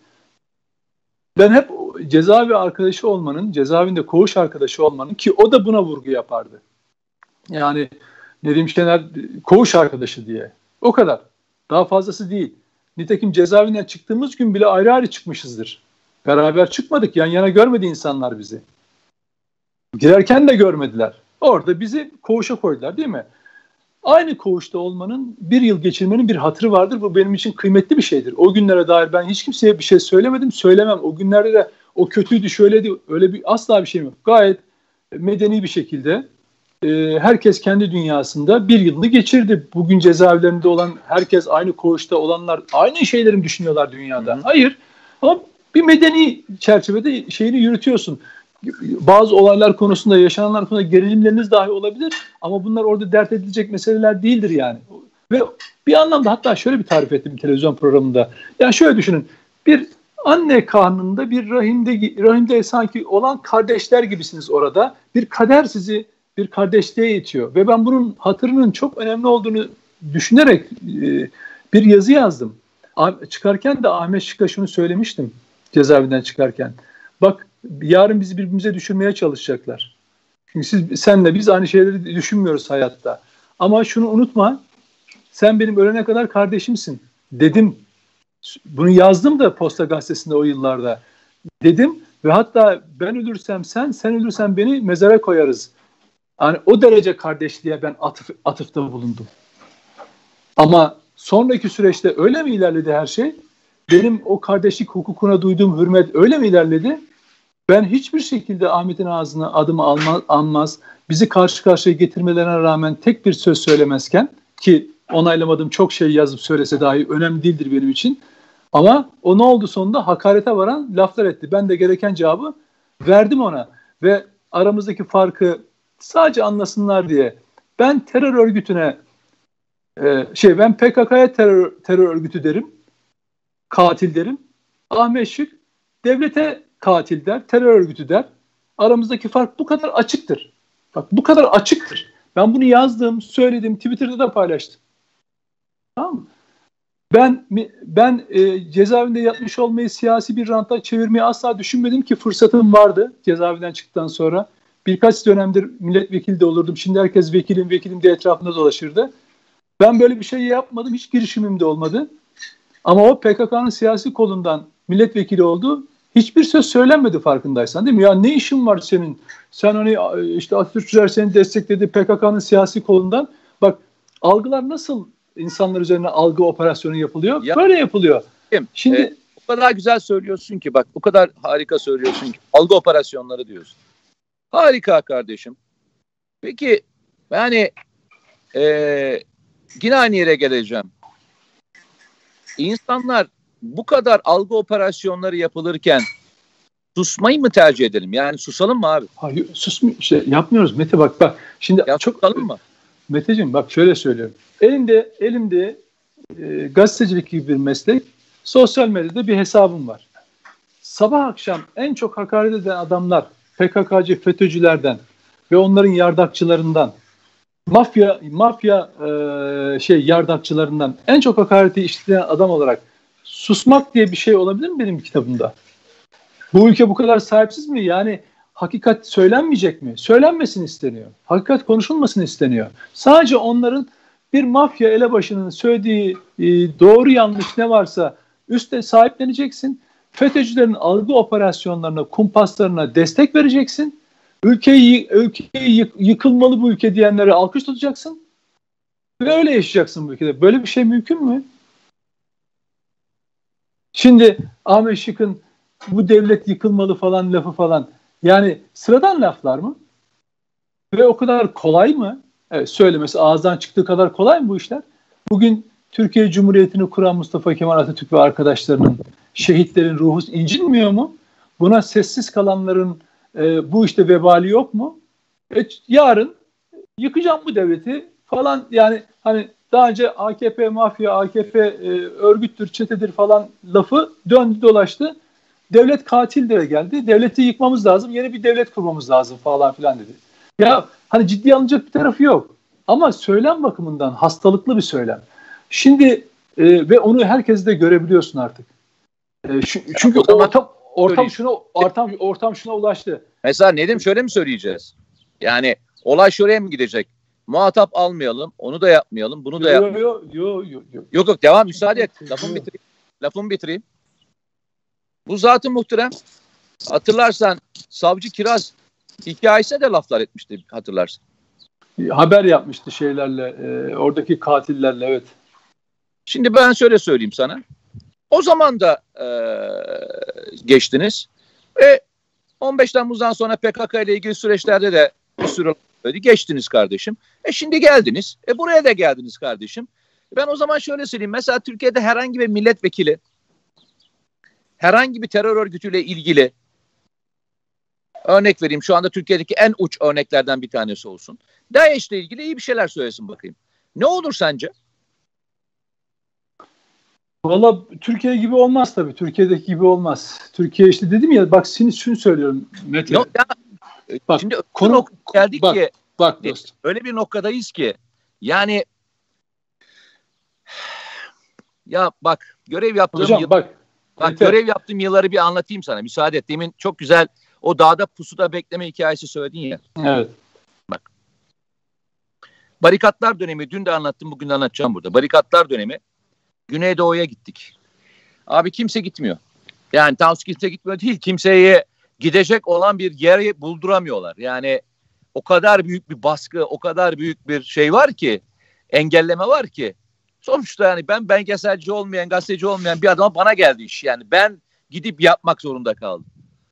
Ben hep cezaevi arkadaşı olmanın, cezaevinde koğuş arkadaşı olmanın, ki o da buna vurgu yapardı. Yani Nedim Şener koğuş arkadaşı diye. O kadar. Daha fazlası değil. Nitekim cezaevinden çıktığımız gün bile ayrı ayrı çıkmışızdır. Beraber çıkmadık. Yan yana görmedi insanlar bizi. Girerken de görmediler. Orada bizi koğuşa koydular, değil mi? Aynı koğuşta olmanın, bir yıl geçirmenin bir hatırı vardır. Bu benim için kıymetli bir şeydir. O günlere dair ben hiç kimseye bir şey söylemedim, söylemem. O günlerde de o kötüydü, şöyleydi, öyle bir asla bir şeyim yok. Gayet medeni bir şekilde e, herkes kendi dünyasında bir yılını geçirdi. Bugün cezaevlerinde olan herkes, aynı koğuşta olanlar aynı şeyleri mi düşünüyorlar dünyada? Hı. Hayır. Ama bir medeni çerçevede şeyini yürütüyorsun. Bazı olaylar konusunda, yaşananlar konusunda gerilimleriniz dahi olabilir ama bunlar orada dert edilecek meseleler değildir yani. Ve bir anlamda hatta şöyle bir tarif ettim bir televizyon programında. Yani şöyle düşünün, bir anne karnında bir rahimde, rahimde sanki olan kardeşler gibisiniz orada. Bir kader sizi bir kardeşliğe itiyor ve ben bunun hatırının çok önemli olduğunu düşünerek e, bir yazı yazdım. Çıkarken de Ahmet Şık'a şunu söylemiştim cezaevinden çıkarken. Bak, yarın bizi birbirimize düşürmeye çalışacaklar. Çünkü siz, senle biz aynı şeyleri düşünmüyoruz hayatta. Ama şunu unutma, sen benim ölene kadar kardeşimsin dedim. Bunu yazdım da Posta Gazetesi'nde o yıllarda. Dedim ve hatta ben ölürsem sen, sen ölürsen beni mezara koyarız. Yani o derece kardeşliğe ben atıf, atıfta bulundum. Ama sonraki süreçte öyle mi ilerledi her şey? Benim o kardeşlik hukukuna duyduğum hürmet öyle mi ilerledi? Ben hiçbir şekilde Ahmet'in ağzına adımı almaz, almaz, bizi karşı karşıya getirmelerine rağmen tek bir söz söylemezken, ki onaylamadığım çok şey yazıp söylese dahi önemli değildir benim için. Ama o ne oldu sonunda? Hakarete varan laflar etti. Ben de gereken cevabı verdim ona. Ve aramızdaki farkı sadece anlasınlar diye ben terör örgütüne e, şey ben P K K'ya terör, terör örgütü derim. Katil derim. Ahmet Şık devlete katil der, terör örgütü der. Aramızdaki fark bu kadar açıktır. Bak, bu kadar açıktır. Ben bunu yazdım, söyledim, Twitter'da da paylaştım. Tamam mı? Ben ben e, cezaevinde yatmış olmayı siyasi bir ranta çevirmeyi asla düşünmedim ki fırsatım vardı cezaevinden çıktıktan sonra. Birkaç dönemdir milletvekili de olurdum. Şimdi herkes vekilim vekilim diye etrafında dolaşırdı. Ben böyle bir şey yapmadım. Hiç girişimim de olmadı. Ama o P K K'nın siyasi kolundan milletvekili oldu. Hiçbir söz söylenmedi farkındaysan, değil mi? Ya ne işin var senin? Sen hani işte Atatürkçüler seni destekledi P K K'nın siyasi kolundan. Bak, algılar nasıl insanlar üzerine algı operasyonu yapılıyor? Ya, böyle yapılıyor. Şimdi e, o kadar güzel söylüyorsun ki, bak o kadar harika söylüyorsun ki, algı operasyonları diyorsun. Harika kardeşim. Peki yani e, yine aynı yere geleceğim. İnsanlar bu kadar algı operasyonları yapılırken susmayı mı tercih edelim? Yani susalım mı abi? Hayır, susma, şey yapmıyoruz Mete, bak bak. Şimdi ya, çok susalım mı? Meteciğim bak şöyle söylüyorum. Elimde elimde e, gazetecilik gibi bir meslek, sosyal medyada bir hesabım var. Sabah akşam en çok hakaret eden adamlar P K K'cı, FETÖ'cülerden ve onların yardakçılarından, mafya mafya e, şey yardakçılarından en çok hakareti işleyen adam olarak susmak diye bir şey olabilir mi benim kitabımda? Bu ülke bu kadar sahipsiz mi? Yani hakikat söylenmeyecek mi? Söylenmesini isteniyor. Hakikat konuşulmasını isteniyor. Sadece onların bir mafya elebaşının söylediği e, doğru yanlış ne varsa üstte sahipleneceksin. FETÖ'cülerin algı operasyonlarına, kumpaslarına destek vereceksin. Ülkeyi, ülkeyi yık, yıkılmalı bu ülke diyenlere alkış tutacaksın. Ve öyle yaşayacaksın bu ülkede. Böyle bir şey mümkün mü? Şimdi Ahmet Şık'ın bu devlet yıkılmalı falan lafı falan. Yani sıradan laflar mı? Ve o kadar kolay mı? Evet, söylemesi ağızdan çıktığı kadar kolay mı bu işler? Bugün Türkiye Cumhuriyeti'ni kuran Mustafa Kemal Atatürk ve arkadaşlarının, şehitlerin ruhu incinmiyor mu? Buna sessiz kalanların e, bu işte vebali yok mu? E, yarın yıkacağım bu devleti falan, yani hani daha önce A K P mafya, A K P e, örgüttür, çetedir falan lafı döndü dolaştı. Devlet katil de geldi. Devleti yıkmamız lazım, yeni bir devlet kurmamız lazım falan filan dedi. Ya hani ciddiye alınacak bir tarafı yok. Ama söylem bakımından hastalıklı bir söylem. Şimdi e, ve onu herkes de görebiliyorsun artık. E, şu, çünkü ortam ortam şuna ortam ortam şuna ulaştı. Mesela Nedim şöyle mi söyleyeceğiz? Yani olay şuraya mı gidecek? Muhatap almayalım, onu da yapmayalım, bunu da yapmayalım. Yok yok yok yok. Yok yok devam, müsaade et. Lafımı bitireyim. Lafımı bitireyim. Bu Zat-ı Muhterem, hatırlarsan Savcı Kiraz hikayesine de laflar etmişti, hatırlarsın. Haber yapmıştı şeylerle, e, oradaki katillerle, evet. Şimdi ben şöyle söyleyeyim sana. O zaman da e, geçtiniz ve on beş Temmuz'dan sonra P K K ile ilgili süreçlerde de bir sürü geçtiniz kardeşim. E şimdi geldiniz. E buraya da geldiniz kardeşim. Ben o zaman şöyle söyleyeyim. Mesela Türkiye'de herhangi bir milletvekili herhangi bir terör örgütüyle ilgili, örnek vereyim, şu anda Türkiye'deki en uç örneklerden bir tanesi olsun, DAEŞ'le ilgili iyi bir şeyler söylesin bakayım. Ne olur sence? Valla Türkiye gibi olmaz tabii. Türkiye'deki gibi olmaz. Türkiye işte dedim ya, bak şimdi şunu söylüyorum Mete. No, ya, bak, şimdi konu geldik bak, ki bak dostum. Öyle bir noktadayız ki yani ya bak görev yaptığım Hocam, yıl, bak, bak Mete. görev yaptığım yılları bir anlatayım sana. Müsaade et. Demin çok güzel o dağda pusuda bekleme hikayesi söyledin ya. Evet. Bak. Barikatlar dönemi, dün de anlattım, bugün de anlatacağım burada. Barikatlar dönemi Güneydoğu'ya gittik. Abi kimse gitmiyor. Yani tam kimse gitmiyor değil. Kimseye gidecek olan bir yeri bulduramıyorlar. Yani o kadar büyük bir baskı, o kadar büyük bir şey var ki, engelleme var ki. Sonuçta yani ben belgeselci olmayan, gazeteci olmayan bir adama bana geldi iş. Yani ben gidip yapmak zorunda kaldım.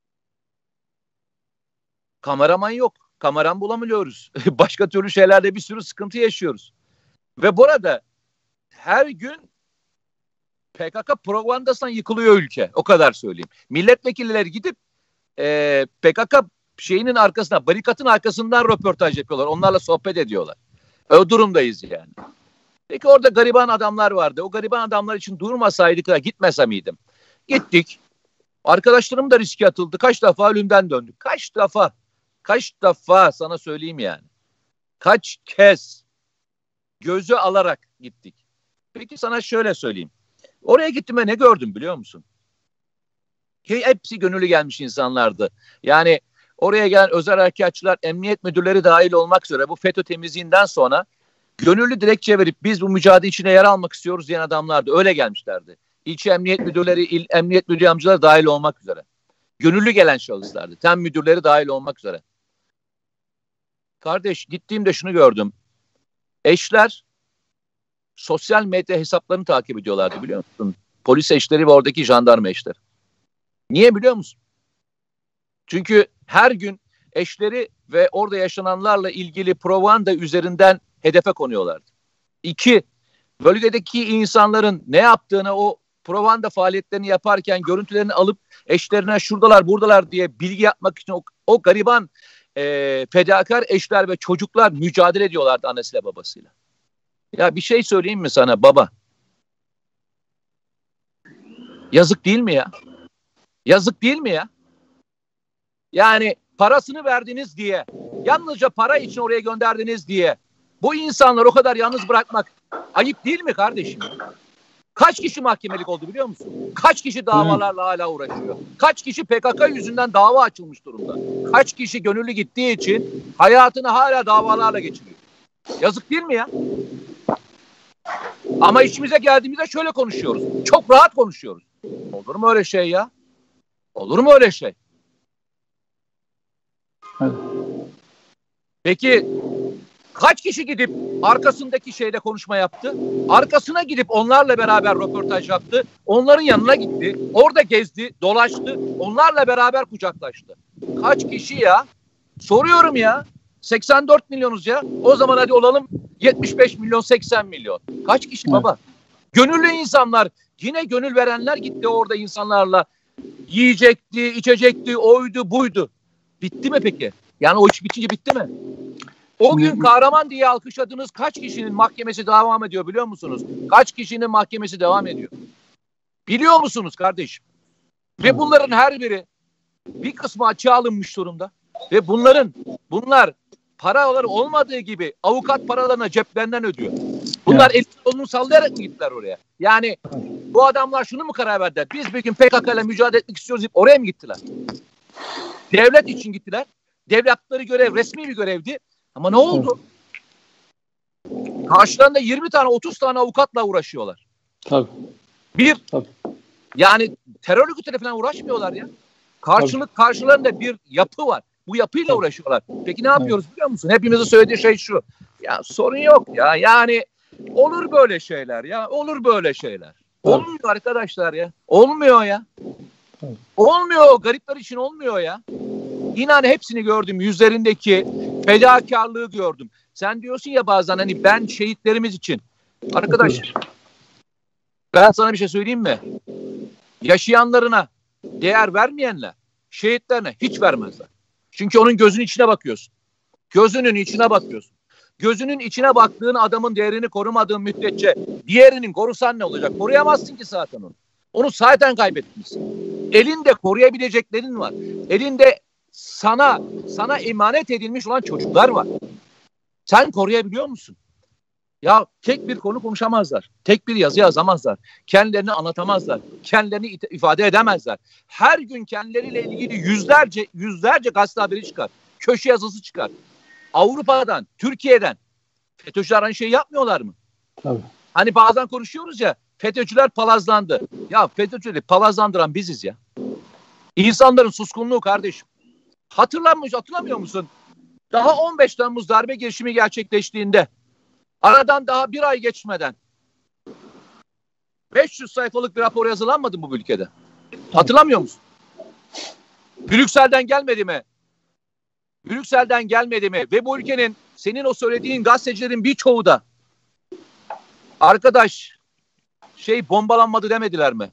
Kameraman yok. Kameraman bulamıyoruz. Başka türlü şeylerde bir sürü sıkıntı yaşıyoruz. Ve burada her gün P K K propagandasından yıkılıyor ülke. O kadar söyleyeyim. Milletvekilleri gidip e, P K K şeyinin arkasına, barikatın arkasından röportaj yapıyorlar. Onlarla sohbet ediyorlar. O durumdayız yani. Peki orada gariban adamlar vardı. O gariban adamlar için durmasaydık da gitmese miydim? Gittik. Arkadaşlarım da riske atıldı. Kaç defa ölümden döndük. Kaç defa. Kaç defa sana söyleyeyim yani. Kaç kez gözü alarak gittik. Peki sana şöyle söyleyeyim. Oraya gittim ve ne gördüm biliyor musun? Hepsi gönüllü gelmiş insanlardı. Yani oraya gelen özel harekatçılar, emniyet müdürleri dahil olmak üzere bu FETÖ temizliğinden sonra gönüllü dilekçe verip biz bu mücadele içine yer almak istiyoruz diyen adamlardı. Öyle gelmişlerdi. İlçe emniyet müdürleri, il emniyet müdür yardımcıları dahil olmak üzere. Gönüllü gelen şahıslardı. Tem müdürleri dahil olmak üzere. Kardeş, gittiğimde şunu gördüm. Eşler sosyal medya hesaplarını takip ediyorlardı, biliyor musun? Polis eşleri ve oradaki jandarma eşleri. Niye biliyor musun? Çünkü her gün eşleri ve orada yaşananlarla ilgili propaganda üzerinden hedefe konuyorlardı. İki, bölgedeki insanların ne yaptığını, o propaganda faaliyetlerini yaparken görüntülerini alıp eşlerine şuradalar buradalar diye bilgi yapmak için o, o gariban e, fedakar eşler ve çocuklar mücadele ediyorlardı annesiyle babasıyla. Ya bir şey söyleyeyim mi sana baba? Yazık değil mi ya? Yazık değil mi ya? Yani parasını verdiniz diye, yalnızca para için oraya gönderdiniz diye bu insanları o kadar yalnız bırakmak ayıp değil mi kardeşim? Kaç kişi mahkemelik oldu biliyor musun? Kaç kişi davalarla hala uğraşıyor? Kaç kişi P K K yüzünden dava açılmış durumda? Kaç kişi gönüllü gittiği için hayatını hala davalarla geçiriyor? Yazık değil mi ya? Ama işimize geldiğimizde şöyle konuşuyoruz. Çok rahat konuşuyoruz. Olur mu öyle şey ya? Olur mu öyle şey? Peki Kaç kişi gidip arkasındaki şeyle konuşma yaptı? Arkasına gidip onlarla beraber röportaj yaptı. Onların yanına gitti. Orada gezdi, dolaştı. Onlarla beraber kucaklaştı. Kaç kişi ya? Soruyorum ya. seksen dört milyonuz ya. O zaman hadi olalım yetmiş beş milyon, seksen milyon. Kaç kişi baba? Evet. Gönüllü insanlar, yine gönül verenler gitti orada insanlarla. Yiyecekti, içecekti, oydu, buydu. Bitti mi peki? Yani o iş bitince bitti mi? O Şimdi, gün kahraman diye alkışladığınız kaç kişinin mahkemesi devam ediyor biliyor musunuz? Kaç kişinin mahkemesi devam ediyor? Biliyor musunuz kardeşim? Ve bunların her biri bir kısmı açığa alınmış durumda. Ve bunların, bunlar paraları olmadığı gibi avukat paralarına ceplerinden ödüyor. Bunlar elini kolunu sallayarak mı gittiler oraya? Yani bu adamlar şunu mu karar verdiler? Biz bir gün P K K ile mücadele etmek istiyoruz deyip oraya mı gittiler? Devlet için gittiler. Devletleri görev resmi bir görevdi. Ama ne oldu? Karşılarında yirmi tane otuz tane avukatla uğraşıyorlar. Tabii. Bir, Tabii. yani terör örgütüyle falan uğraşmıyorlar ya. Karşılık Tabii. karşılarında bir yapı var. Bu yapıyla Tabii. uğraşıyorlar. Peki ne yapıyoruz evet. biliyor musun? Hepimizin söylediği şey şu. Ya sorun yok ya. Yani olur böyle şeyler ya. Olur böyle şeyler. Tabii. Olmuyor arkadaşlar ya. Olmuyor ya. Tabii. Olmuyor. Garipler için olmuyor ya. İnan hepsini gördüm. Yüzlerindeki fedakarlığı gördüm. Sen diyorsun ya bazen hani ben şehitlerimiz için. Arkadaşlar ben sana bir şey söyleyeyim mi? Yaşayanlarına değer vermeyenler şehitlerine hiç vermezler. Çünkü onun gözünün içine bakıyorsun. Gözünün içine bakıyorsun. Gözünün içine baktığın adamın değerini korumadığın müddetçe diğerinin korusan ne olacak? Koruyamazsın ki zaten onu. Onu zaten kaybetmişsin. Elinde koruyabileceklerin var. Elinde sana sana emanet edilmiş olan çocuklar var. Sen koruyabiliyor musun? Ya tek bir konu konuşamazlar. Tek bir yazı yazamazlar. Kendilerini anlatamazlar. Kendilerini ifade edemezler. Her gün kendileriyle ilgili yüzlerce yüzlerce gazete haberi çıkar. Köşe yazısı çıkar. Avrupa'dan, Türkiye'den FETÖ'cüler aynı şeyi yapmıyorlar mı? Tabii. Hani bazen konuşuyoruz ya, FETÖ'cüler palazlandı. Ya FETÖ'cüleri palazlandıran biziz ya. İnsanların suskunluğu kardeşim. Hatırlanmış, hatırlamıyor musun? Daha on beş Temmuz darbe girişimi gerçekleştiğinde aradan daha bir ay geçmeden beş yüz sayfalık bir rapor yazılanmadı mı bu ülkede? Hatırlamıyor musun? Brüksel'den gelmedi mi? Brüksel'den gelmedi mi? Ve bu ülkenin senin o söylediğin gazetecilerin birçoğu da arkadaş şey bombalanmadı demediler mi?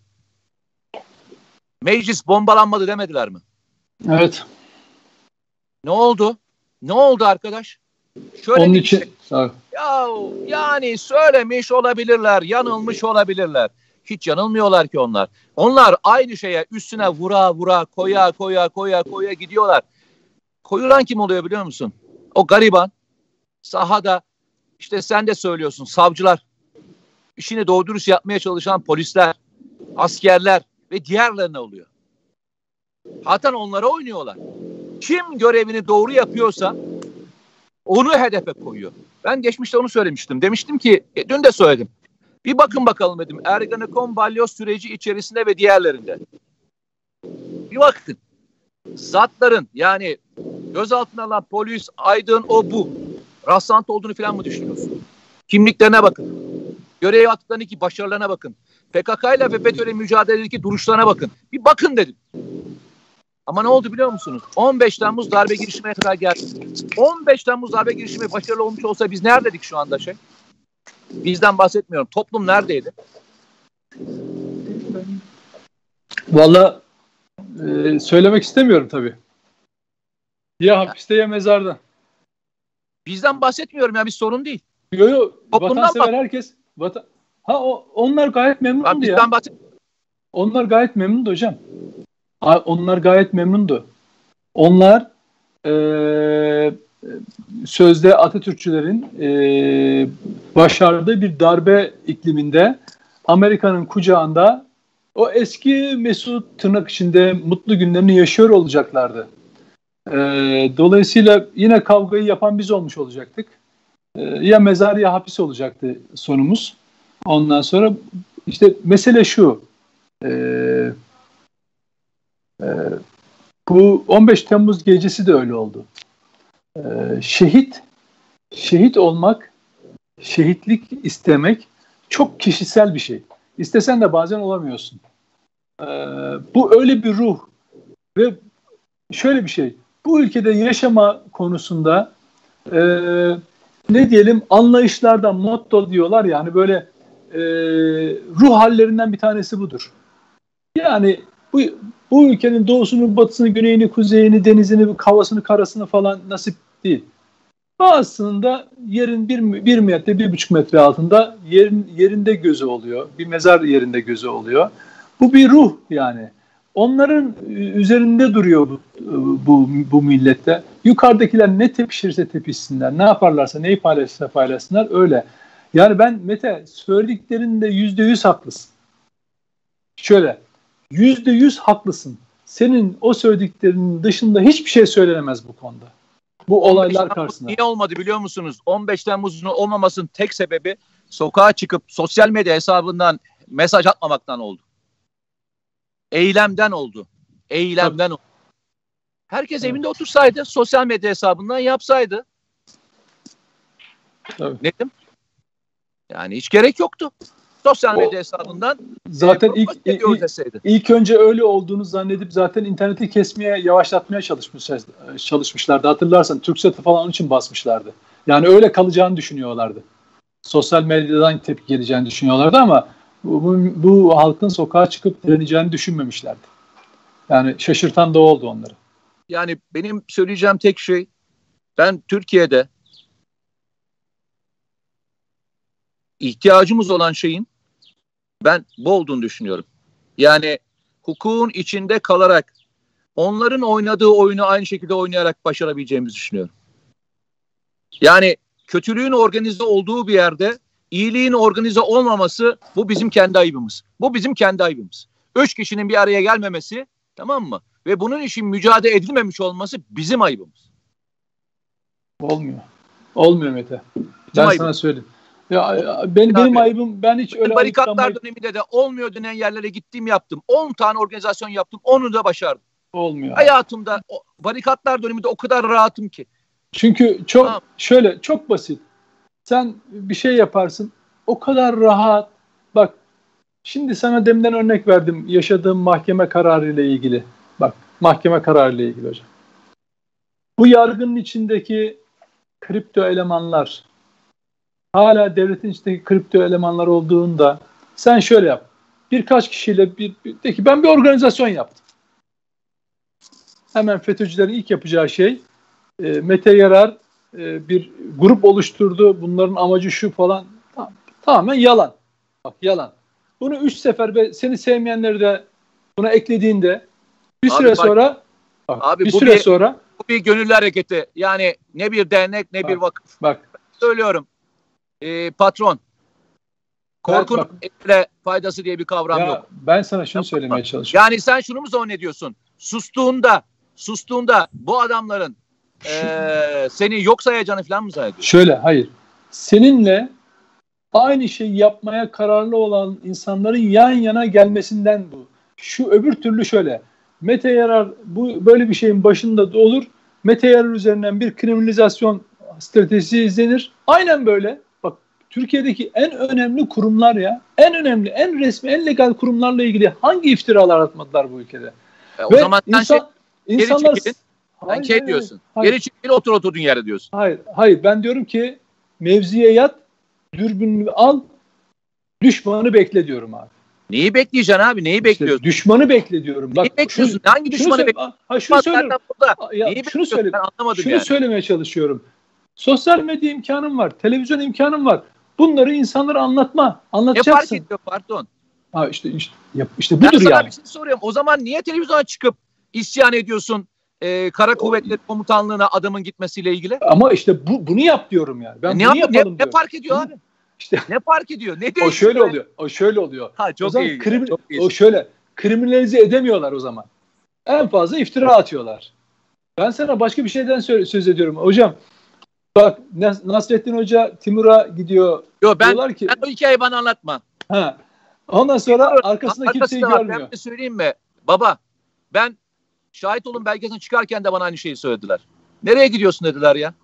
Meclis bombalanmadı demediler mi? Evet. Ne oldu? Ne oldu arkadaş? Şöyle Onun için şey, ya yani söylemiş olabilirler, yanılmış olabilirler. Hiç yanılmıyorlar ki onlar. Onlar aynı şeye üstüne vura vura koya koya koya koya gidiyorlar. Koyulan kim oluyor biliyor musun? O gariban sahada işte sen de söylüyorsun savcılar, işini doğru dürüst yapmaya çalışan polisler, askerler ve diğerlerine oluyor. Zaten onlara oynuyorlar. Kim görevini doğru yapıyorsa onu hedefe koyuyor. Ben geçmişte onu söylemiştim. Demiştim ki, e, dün de söyledim. Bir bakın bakalım dedim. Ergenekon balyoz süreci içerisinde ve diğerlerinde. Bir bakın. Zatların yani gözaltına alınan polis, aydın, o bu. Rastlantı olduğunu falan mı düşünüyorsun? Kimliklerine bakın. Görev yaptıklarındaki başarılarına bakın. P K K ile ve FETÖ'yle mücadeledeki duruşlarına bakın. Bir bakın dedim. Ama ne oldu biliyor musunuz? on beş Temmuz darbe girişimine kadar geldi. on beş Temmuz darbe girişimi başarılı olmuş olsa biz neredeydik şu anda şey? Bizden bahsetmiyorum. Toplum neredeydi? Vallahi e, söylemek istemiyorum tabii. Ya hapiste ya mezarda. Bizden bahsetmiyorum ya, bir sorun değil. Yok yok. Vatansever bak- herkes. Vatan... Ha o, onlar gayet memnundu ya. Bizden bahset- onlar gayet memnundu hocam. Onlar gayet memnundu. Onlar e, sözde Atatürkçülerin e, başardığı bir darbe ikliminde Amerika'nın kucağında o eski mesut tırnak içinde mutlu günlerini yaşıyor olacaklardı. E, dolayısıyla yine kavgayı yapan biz olmuş olacaktık. E, ya mezar ya hapis olacaktı sonumuz. Ondan sonra işte mesele şu. Eee Ee, bu on beş Temmuz gecesi de öyle oldu. Ee, şehit şehit olmak, şehitlik istemek çok kişisel bir şey. İstesen de bazen olamıyorsun. Ee, bu öyle bir ruh ve şöyle bir şey. Bu ülkede yaşama konusunda e, ne diyelim anlayışlardan motto diyorlar ya hani böyle e, ruh hallerinden bir tanesi budur. Yani bu, bu ülkenin doğusunu, batısını, güneyini, kuzeyini, denizini, havasını, karasını falan nasip değil. Aslında yerin bir, bir metre, bir buçuk metre altında yerin yerinde gözü oluyor. Bir mezar yerinde gözü oluyor. Bu bir ruh yani. Onların üzerinde duruyor bu, bu, bu millette. Yukarıdakiler ne tepişirse tepişsinler, ne yaparlarsa, neyi paylaşırsa paylaşsınlar öyle. Yani ben Mete söylediklerinde yüzde yüz haklısın. Şöyle, yüzde yüz haklısın. Senin o söylediklerinin dışında hiçbir şey söylenemez bu konuda. Bu olaylar karşısında. Niye olmadı biliyor musunuz? on beş Temmuz'un olmamasının tek sebebi sokağa çıkıp sosyal medya hesabından mesaj atmamaktan oldu. Eylemden oldu. Eylemden Tabii. oldu. Herkes evet. evinde otursaydı, sosyal medya hesabından yapsaydı. Tabii. Nedim? Yani hiç gerek yoktu. Sosyal medya o, hesabından zaten ilk, ilk, ilk önce öyle olduğunu zannedip zaten interneti kesmeye, yavaşlatmaya çalışmışlar, çalışmışlardı. Hatırlarsan Turkcell'i falan onun için basmışlardı. Yani öyle kalacağını düşünüyorlardı. Sosyal medyadan tepki geleceğini düşünüyorlardı ama bu, bu, bu halkın sokağa çıkıp direneceğini düşünmemişlerdi. Yani şaşırtan da oldu onları. Yani benim söyleyeceğim tek şey, ben Türkiye'de ihtiyacımız olan şeyin ben bu olduğunu düşünüyorum. Yani hukukun içinde kalarak onların oynadığı oyunu aynı şekilde oynayarak başarabileceğimizi düşünüyorum. Yani kötülüğün organize olduğu bir yerde iyiliğin organize olmaması bu bizim kendi ayıbımız. Bu bizim kendi ayıbımız. Üç kişinin bir araya gelmemesi, tamam mı? Ve bunun için mücadele edilmemiş olması bizim ayıbımız. Olmuyor. Olmuyor Mete. Bizim ben ayıbım. Sana söyleyeyim. Ya, ya ben, benim ayıbım ben hiç öyle barikatlar ayıplamayı... döneminde de olmuyor denen yerlere gittim yaptım. on tane organizasyon yaptım. onu da başardım. Olmuyor. Hayatımda o, barikatlar döneminde o kadar rahatım ki. Çünkü çok tamam. şöyle çok basit. Sen bir şey yaparsın. O kadar rahat. Bak şimdi sana demden örnek verdim. Yaşadığım mahkeme kararı ile ilgili. Bak mahkeme kararı ile ilgili hocam. Bu yargının içindeki kripto elemanlar hala devletin içindeki kripto elemanlar olduğunda sen şöyle yap. Birkaç kişiyle bir, bir de ki ben bir organizasyon yaptım. Hemen FETÖ'cülerin ilk yapacağı şey e, Mete Yarar e, bir grup oluşturdu. Bunların amacı şu falan. Tamam, tamamen yalan. Bak yalan. Bunu üç sefer ve seni sevmeyenleri de buna eklediğinde bir abi süre bak, sonra bak, abi bir bu süre bir, sonra bu bir gönüllü hareketi. Yani ne bir dernek ne bak, bir vakıf. Bak. Söylüyorum. Ee, patron. Korkunun etle faydası diye bir kavram ya, yok. Ben sana şunu söylemeye çalışıyorum. Yani sen şunu mu zannediyorsun? Sustuğunda, sustuğunda bu adamların e, seni yok sayacağını falan mı zannediyorsun? Şöyle, hayır. Seninle aynı şeyi yapmaya kararlı olan insanların yan yana gelmesinden bu. Şu öbür türlü şöyle. Mete Yarar bu böyle bir şeyin başında da olur. Mete Yarar üzerinden bir kriminalizasyon stratejisi izlenir. Aynen böyle. Bak Türkiye'deki en önemli kurumlar ya. En önemli, en resmi, en legal kurumlarla ilgili hangi iftiralar atmadılar bu ülkede? E, o Ve zaman sen insan, şey, insanlar, geri çekilin. Sen şey diyorsun. Hayır. Geri çekil otur oturduğun yere diyorsun. Hayır. Hayır. Ben diyorum ki mevziye yat, dürbününü al, düşmanı bekle diyorum abi. Neyi bekleyeceksin abi? Neyi işte bekliyorsun? Düşmanı bekle diyorum. Neyi Bak, bekliyorsun? Şunu, Hangi düşmanı bekliyorsun? Ha şunu söylüyorum. Ya, Neyi şunu söyle. Ben anlamadım şunu yani. söylemeye çalışıyorum. Sosyal medya imkanım var, televizyon imkanım var. Bunları insanlara anlatma, anlatacaksın. Ne fark ediyor pardon? Ha işte işte işte budur ben sana yani. Bir şey soruyorum. O zaman niye televizyona çıkıp isyan ediyorsun? Ee, Kara Kuvvetleri Komutanlığı'na adamın gitmesiyle ilgili. Ama işte bu bunu yap diyorum yani. Ben e, bunu ne yapalım ne, diyorum. Ne fark ediyor abi? İşte ne fark ediyor? Ne değişiyor? O şöyle yani? oluyor. O şöyle oluyor. Ha çok o zaman iyi. Krim, çok iyi. O şöyle kriminalize edemiyorlar o zaman. En fazla iftira atıyorlar. Ben sana başka bir şeyden söz ediyorum. Hocam bak Nasrettin Hoca Timur'a gidiyor. Yo ben, ki, ben o hikayeyi bana anlatma. Ha. Ondan sonra Timur, arkasında kimseyi görmüyor. Ben de söyleyeyim mi? Baba ben şahit olun belgesine çıkarken de bana aynı şeyi söylediler. Nereye gidiyorsun dediler ya.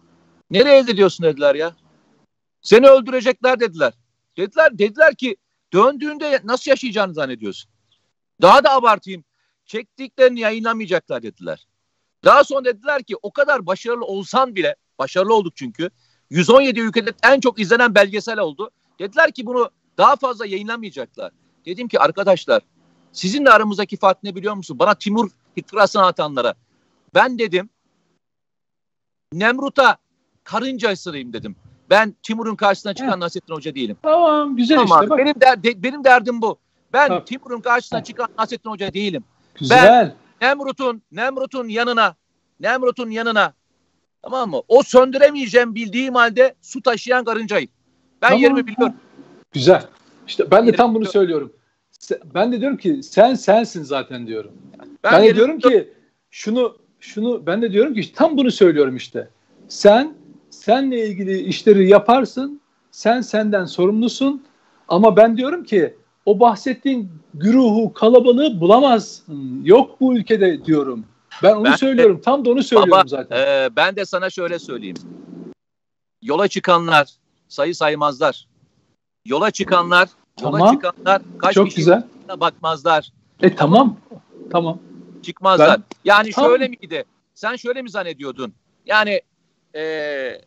Nereye elde ediyorsun dediler ya. Seni öldürecekler dediler. Dediler, dediler ki döndüğünde nasıl yaşayacağını zannediyorsun. Daha da abartayım. Çektiklerini yayınlamayacaklar dediler. Daha sonra dediler ki o kadar başarılı olsan bile, başarılı olduk çünkü, yüz on yedi ülkede en çok izlenen belgesel oldu. Dediler ki bunu daha fazla yayınlamayacaklar. Dedim ki arkadaşlar, sizinle aramızdaki fark ne biliyor musun? Bana Timur iftirasını atanlara. Ben dedim Nemrut'a karınca ısırayım dedim. Ben Timur'un karşısına çıkan He. Nasrettin Hoca değilim. Tamam, güzel tamam, işte bak. Benim, der, de, benim derdim bu. Ben Tabii. Timur'un karşısına çıkan Nasrettin Hoca değilim. Güzel. Ben Nemrut'un Nemrut'un yanına Nemrut'un yanına tamam mı? O söndüremeyeceğim bildiğim halde su taşıyan karıncayım. Ben tamam. yerimi biliyorum. Güzel. İşte ben de yerimi tam bunu biliyorum. söylüyorum. Ben de diyorum ki sen sensin zaten diyorum. Ben, ben de diyorum ki şunu şunu ben de diyorum ki tam bunu söylüyorum işte. Sen senle ilgili işleri yaparsın. Sen senden sorumlusun. Ama ben diyorum ki o bahsettiğin güruhu, kalabalığı bulamazsın. Yok bu ülkede diyorum. Ben onu ben söylüyorum. De, tam da onu söylüyorum baba, zaten. E, ben de sana şöyle söyleyeyim. Yola çıkanlar sayı saymazlar. Yola çıkanlar, tamam. yola çıkanlar kaç Çok güzel. bakmazlar. E tamam. Tamam. Çıkmazlar. Ben, yani tamam. şöyle miydi? Sen şöyle mi zannediyordun? Yani e,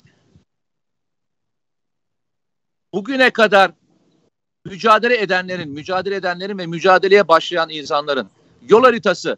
bugüne kadar mücadele edenlerin, mücadele edenlerin ve mücadeleye başlayan insanların yol haritası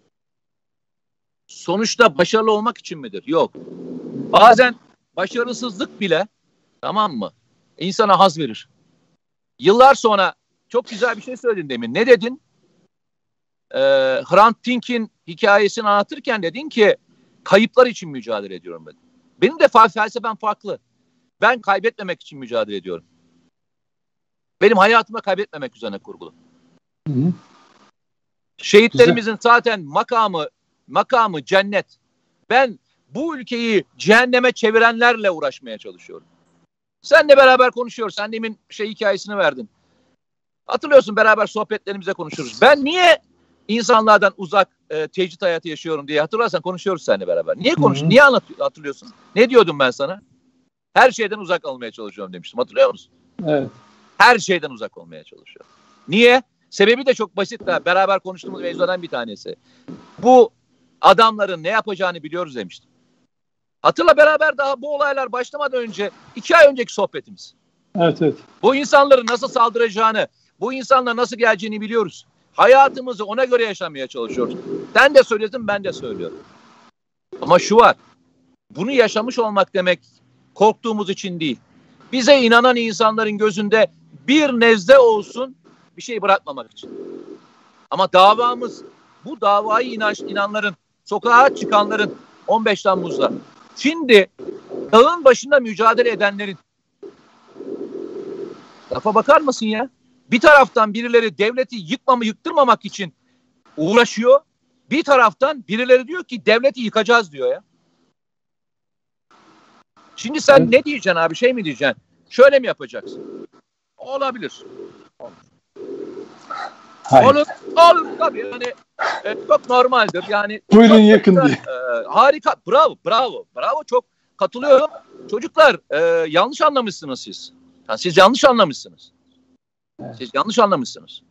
sonuçta başarılı olmak için midir? Yok. Bazen başarısızlık bile, tamam mı, insana haz verir. Yıllar sonra çok güzel bir şey söyledin demin. Ne dedin? Ee, Hrant Dink'in hikayesini anlatırken dedin ki kayıplar için mücadele ediyorum ben. Benim de felsefem farklı. Ben kaybetmemek için mücadele ediyorum. Benim hayatımı kaybetmemek üzerine kurgulu. Hı hı. Şehitlerimizin Güzel. zaten makamı makamı cennet. Ben bu ülkeyi cehenneme çevirenlerle uğraşmaya çalışıyorum. Seninle beraber konuşuyoruz. Sen demin şey hikayesini verdin. Hatırlıyorsun, beraber sohbetlerimize konuşuruz. Ben niye insanlardan uzak e, tecrit hayatı yaşıyorum diye hatırlarsan konuşuyoruz seninle beraber. Niye konuş? Niye anlatıyorsun? Hatırlıyorsun? Ne diyordum ben sana? Her şeyden uzak olmaya çalışıyorum demiştim. Hatırlıyor musun? Evet. Her şeyden uzak olmaya çalışıyorum. Niye? Sebebi de çok basit. Da. Beraber konuştuğumuz mevzulardan bir tanesi. Bu adamların ne yapacağını biliyoruz demiştim. Hatırla, beraber daha bu olaylar başlamadan önce iki ay önceki sohbetimiz. Evet, evet. Bu insanların nasıl saldıracağını, bu insanların nasıl geleceğini biliyoruz. Hayatımızı ona göre yaşamaya çalışıyoruz. Sen de söyledin, ben de söylüyorum. Ama şu var. Bunu yaşamış olmak demek korktuğumuz için değil. Bize inanan insanların gözünde bir nezle olsun bir şey bırakmamak için. Ama davamız bu davayı inanç, inanların, sokağa çıkanların on beş Temmuz'da. Şimdi dağın başında mücadele edenlerin. Lafa bakar mısın ya? Bir taraftan birileri devleti yıkmamı yıktırmamak için uğraşıyor. Bir taraftan birileri diyor ki devleti yıkacağız diyor ya. Şimdi sen evet. ne diyeceksin abi? Şey mi diyeceksin? Şöyle mi yapacaksın? Olabilir. Hayır. Olur, olur tabii. Yani e, çok normaldir. Yani buyurun yakın diye. E, harika. Bravo, bravo. Bravo, çok katılıyorum. Çocuklar e, yanlış anlamışsınız siz. Yani siz yanlış anlamışsınız. Evet. Siz yanlış anlamışsınız.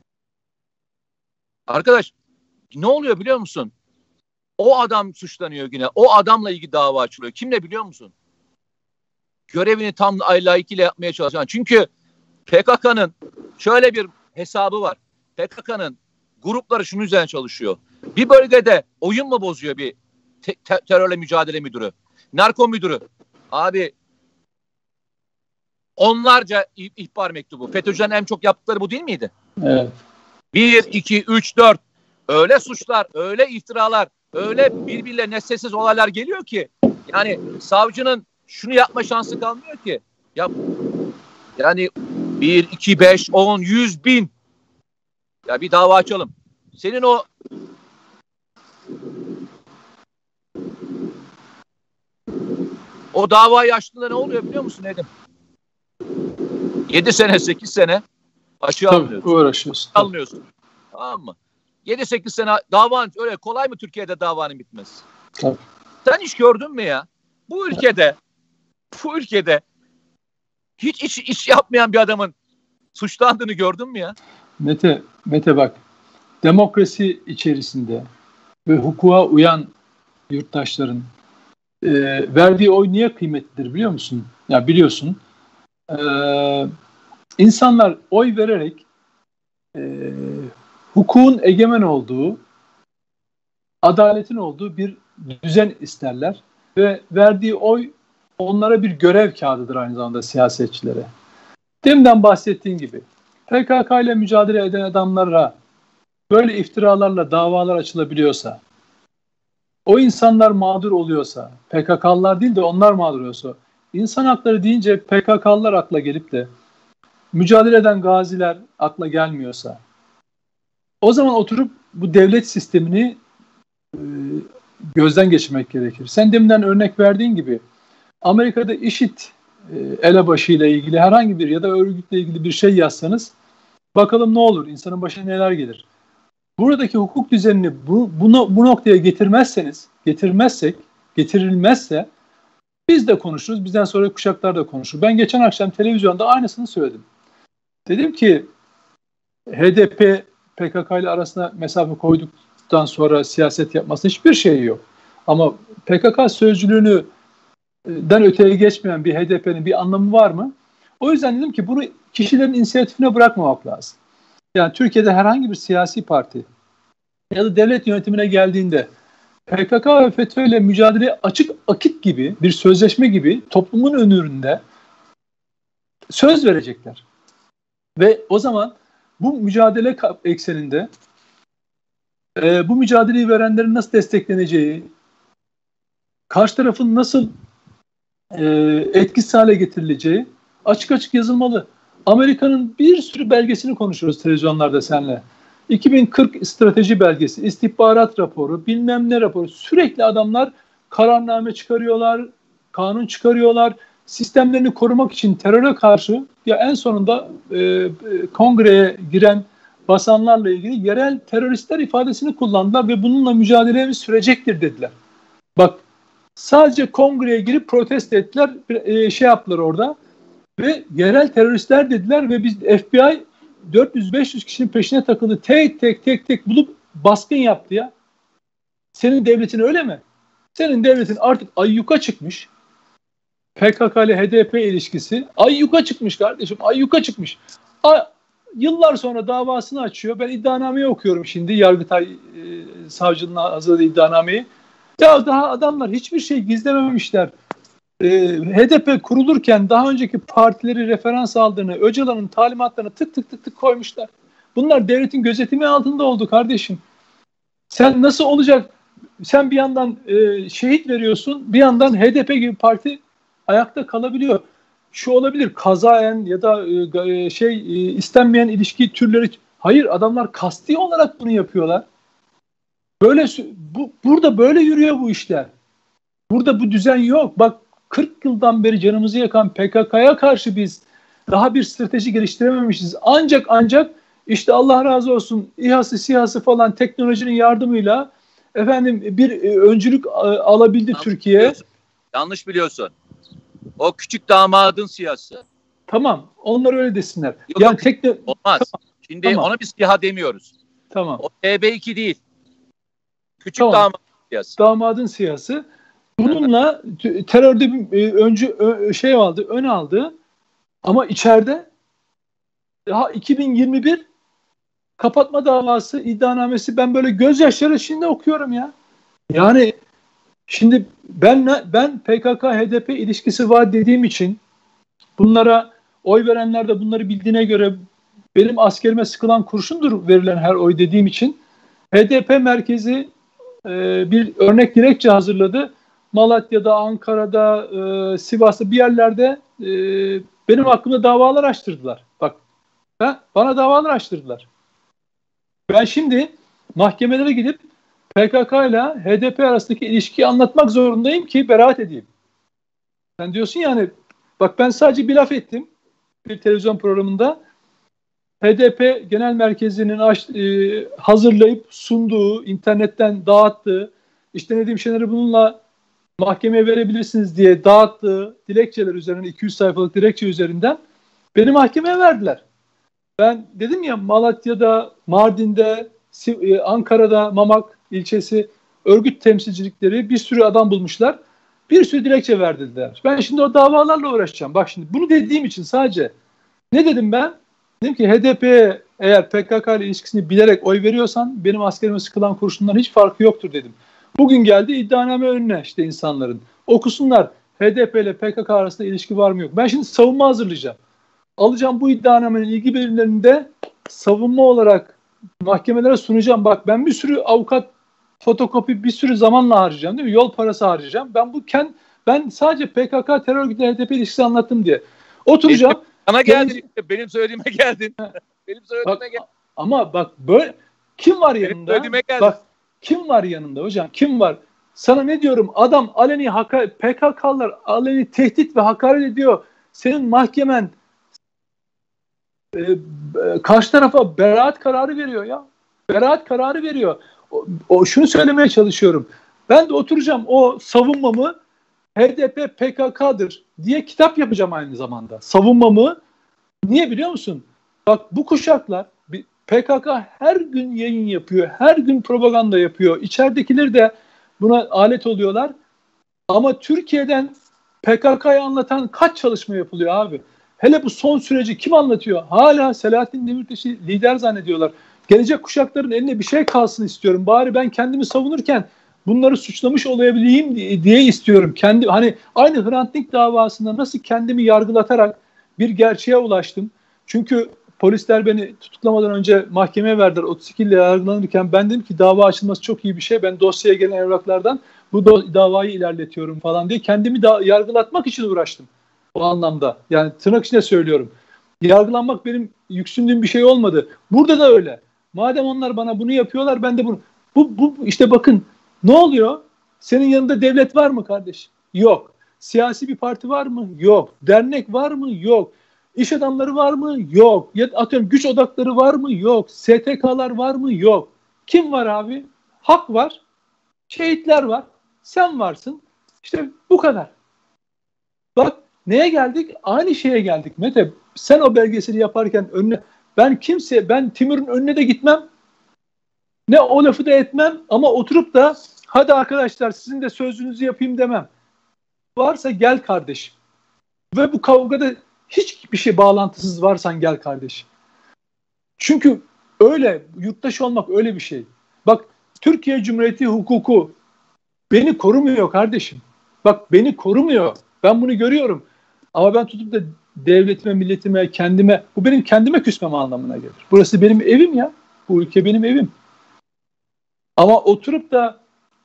Arkadaş, ne oluyor biliyor musun? O adam suçlanıyor yine. O adamla ilgili dava açılıyor. Kimle biliyor musun? Görevini tam layıkıyla yapmaya çalışan. Çünkü P K K'nın şöyle bir hesabı var. P K K'nın grupları şunun üzerine çalışıyor. Bir bölgede oyun mu bozuyor bir te- te- terörle mücadele müdürü? Narko müdürü. Abi onlarca ihbar mektubu. FETÖ'cülerin en çok yaptıkları bu değil miydi? Evet. Bir, iki, üç, dört. Öyle suçlar, öyle iftiralar, öyle birbirlerine sessiz olaylar geliyor ki. Yani savcının şunu yapma şansı kalmıyor ki. Ya, yani bir, iki, beş, on, yüz, bin. Ya bir dava açalım. Senin o o davayı açtığında ne oluyor biliyor musun Nedim? Yedi sene, sekiz sene açığa alınıyorsun. Uğraşıyorsun. Alınıyorsun. Tamam mı? Yedi sekiz sene davan, öyle kolay mı Türkiye'de davanın bitmesi? Tabii. Sen hiç gördün mü ya? Bu ülkede bu ülkede hiç iş, iş yapmayan bir adamın suçlandığını gördün mü ya? Mete, Mete bak, demokrasi içerisinde ve hukuka uyan yurttaşların e, verdiği oy niye kıymetlidir biliyor musun? Ya biliyorsun, e, insanlar oy vererek e, hukukun egemen olduğu, adaletin olduğu bir düzen isterler ve verdiği oy onlara bir görev kağıdıdır aynı zamanda siyasetçilere. Deminden bahsettiğin gibi P K K ile mücadele eden adamlara böyle iftiralarla davalar açılabiliyorsa, o insanlar mağdur oluyorsa, P K K'lılar değil de onlar mağdur oluyorsa, insan hakları deyince P K K'lılar akla gelip de mücadele eden gaziler akla gelmiyorsa, o zaman oturup bu devlet sistemini e, gözden geçirmek gerekir. Sen deminden örnek verdiğin gibi Amerika'da IŞİD e, elebaşı ile ilgili herhangi bir ya da örgütle ilgili bir şey yazsanız bakalım ne olur, insanın başına neler gelir. Buradaki hukuk düzenini bu, bunu, bu noktaya getirmezseniz, getirmezsek, getirilmezse biz de konuşuruz, bizden sonra kuşaklar da konuşur. Ben geçen akşam televizyonda aynısını söyledim. Dedim ki H D P P K K ile arasına mesafe koyduktan sonra siyaset yapmasının hiçbir şeyi yok. Ama P K K sözcülüğünü den öteye geçmeyen bir H D P'nin bir anlamı var mı? O yüzden dedim ki bunu kişilerin inisiyatifine bırakmamak lazım. Yani Türkiye'de herhangi bir siyasi parti ya da devlet yönetimine geldiğinde P K K ve FETÖ ile mücadele açık akit gibi bir sözleşme gibi toplumun önünde söz verecekler. Ve o zaman bu mücadele ekseninde e, bu mücadeleyi verenlerin nasıl destekleneceği, karşı tarafın nasıl e, etkisiz hale getirileceği açık açık yazılmalı. Amerika'nın bir sürü belgesini konuşuyoruz televizyonlarda seninle. iki bin kırk strateji belgesi, istihbarat raporu, bilmem ne raporu. Sürekli adamlar kararname çıkarıyorlar, kanun çıkarıyorlar. Sistemlerini korumak için teröre karşı ya en sonunda e, kongreye giren basanlarla ilgili yerel teröristler ifadesini kullandılar ve bununla mücadelemiz sürecektir dediler. Bak sadece kongreye girip protesto ettiler, e, şey yaptılar orada ve yerel teröristler dediler ve biz F B I dört yüz beş yüz kişinin peşine takıldı. Tek tek tek tek bulup baskın yaptı ya. Senin devletin öyle mi? Senin devletin artık ayyuka çıkmış. P K K ile H D P ilişkisi ayyuka çıkmış kardeşim. Ayyuka çıkmış. A, yıllar sonra davasını açıyor. Ben iddianameyi okuyorum şimdi. Yargıtay e, savcılığına hazırladığı iddianameyi. Ya daha adamlar hiçbir şey gizlememişler. Ee, H D P kurulurken daha önceki partileri referans aldığını, Öcalan'ın talimatlarını tık tık tık tık koymuşlar. Bunlar devletin gözetimi altında oldu kardeşim. Sen nasıl olacak? Sen bir yandan e, şehit veriyorsun, bir yandan H D P gibi parti ayakta kalabiliyor. Şu olabilir, kazayen ya da e, şey e, istenmeyen ilişki türleri. Hayır, adamlar kasti olarak bunu yapıyorlar. Böyle bu burada böyle yürüyor bu işler. Burada bu düzen yok. Bak kırk yıldan beri canımızı yakan P K K'ya karşı biz daha bir strateji geliştirememişiz. Ancak ancak işte Allah razı olsun İHA'sı, SİHA'sı falan teknolojinin yardımıyla efendim bir e, öncülük alabildi Yanlış Türkiye. Biliyorsun. Yanlış biliyorsun. O küçük damadın siyası. Tamam. Onlar öyle desinler. Yok, yani tekno... Olmaz. Tamam. Şimdi tamam. ona biz SİHA demiyoruz. Tamam. O T B iki değil. Küçük tamam. damadın siyası. Damadın siyası. Bununla terörde bir öncü şey aldı, ön aldı. Ama içeride daha iki bin yirmi bir kapatma davası, iddianamesi ben böyle gözyaşları içinde okuyorum ya. Yani şimdi ben ben P K K H D P ilişkisi var dediğim için bunlara oy verenler de bunları bildiğine göre benim askerime sıkılan kurşundur verilen her oy dediğim için H D P merkezi e, bir örnek dilekçe hazırladı. Malatya'da, Ankara'da, e, Sivas'ta bir yerlerde e, benim hakkımda davalar açtırdılar. Bak ben, bana davalar açtırdılar. Ben şimdi mahkemelere gidip P K K ile H D P arasındaki ilişkiyi anlatmak zorundayım ki beraat edeyim. Sen diyorsun yani bak ben sadece bir laf ettim bir televizyon programında. H D P Genel Merkezi'nin aç, e, hazırlayıp sunduğu, internetten dağıttığı, işte Nedim Şener'i bununla mahkemeye verebilirsiniz diye dağıttığı dilekçeler üzerinden, iki yüz sayfalık dilekçe üzerinden beni mahkemeye verdiler. Ben dedim ya, Malatya'da, Mardin'de, Ankara'da, Mamak ilçesi örgüt temsilcilikleri bir sürü adam bulmuşlar. Bir sürü dilekçe verdiler. Ben şimdi o davalarla uğraşacağım. Bak şimdi bunu dediğim için sadece ne dedim ben? Dedim ki H D P'ye eğer P K K ile ilişkisini bilerek oy veriyorsan benim askerime sıkılan kurşundan hiç farkı yoktur dedim. Bugün geldi iddianame önüne işte insanların. Okusunlar H D P ile P K K arasında ilişki var mı yok. Ben şimdi savunma hazırlayacağım. Alacağım bu iddianamenin ilgi birimlerinde savunma olarak mahkemelere sunacağım. Bak ben bir sürü avukat, fotokopi, bir sürü zamanla harcayacağım değil mi? Yol parası harcayacağım. Ben bu kend, ben sadece P K K terör örgütü H D P ilişkisi anlattım diye. Oturacağım. Bana geldin işte, benim söylediğime geldin. benim söylediğime bak, geldin. Ama bak böyle kim var yanında? Bak kim var yanında hocam? Kim var? Sana ne diyorum? Adam aleni haka, P K K'lar aleni tehdit ve hakaret ediyor. Senin mahkemen e, e, karşı tarafa beraat kararı veriyor ya. Beraat kararı veriyor. O, o şunu söylemeye çalışıyorum. Ben de oturacağım o savunmamı H D P P K K'dır diye kitap yapacağım aynı zamanda. Savunmamı niye biliyor musun? Bak bu kuşaklar P K K her gün yayın yapıyor. Her gün propaganda yapıyor. İçeridekiler de buna alet oluyorlar. Ama Türkiye'den P K K'yı anlatan kaç çalışma yapılıyor abi? Hele bu son süreci kim anlatıyor? Hala Selahattin Demirtaş'ı lider zannediyorlar. Gelecek kuşakların eline bir şey kalsın istiyorum. Bari ben kendimi savunurken bunları suçlamış olabileyim diye istiyorum. Kendi hani aynı Hrant Dink davasında nasıl kendimi yargılatarak bir gerçeğe ulaştım. Çünkü polisler beni tutuklamadan önce mahkemeye verdiler. otuz iki ile yargılanırken ben dedim ki dava açılması çok iyi bir şey. Ben dosyaya gelen evraklardan bu do- davayı ilerletiyorum falan diye kendimi da yargılatmak için uğraştım. O anlamda. Yani tırnak içinde söylüyorum. Yargılanmak benim yüksündüğüm bir şey olmadı. Burada da öyle. Madem onlar bana bunu yapıyorlar ben de bunu. Bu, bu işte bakın ne oluyor? Senin yanında devlet var mı kardeş? Yok. Siyasi bir parti var mı? Yok. Dernek var mı? Yok. İş adamları var mı? Yok. Ya atıyorum güç odakları var mı? Yok. S T K'lar var mı? Yok. Kim var abi? Hak var. Şehitler var. Sen varsın. İşte bu kadar. Bak neye geldik? Aynı şeye geldik Mete. Sen o belgeseli yaparken önüne ben kimse ben Timur'un önüne de gitmem. Ne o lafı da etmem ama oturup da hadi arkadaşlar sizin de sözünüzü yapayım demem. Varsa gel kardeşim. Ve bu kavgada hiçbir şey bağlantısız varsan gel kardeşim. Çünkü öyle yurttaş olmak öyle bir şey. Bak Türkiye Cumhuriyeti hukuku beni korumuyor kardeşim. Bak beni korumuyor. Ben bunu görüyorum. Ama ben tutup da devletime, milletime, kendime, bu benim kendime küsmem anlamına gelir. Burası benim evim ya. Bu ülke benim evim. Ama oturup da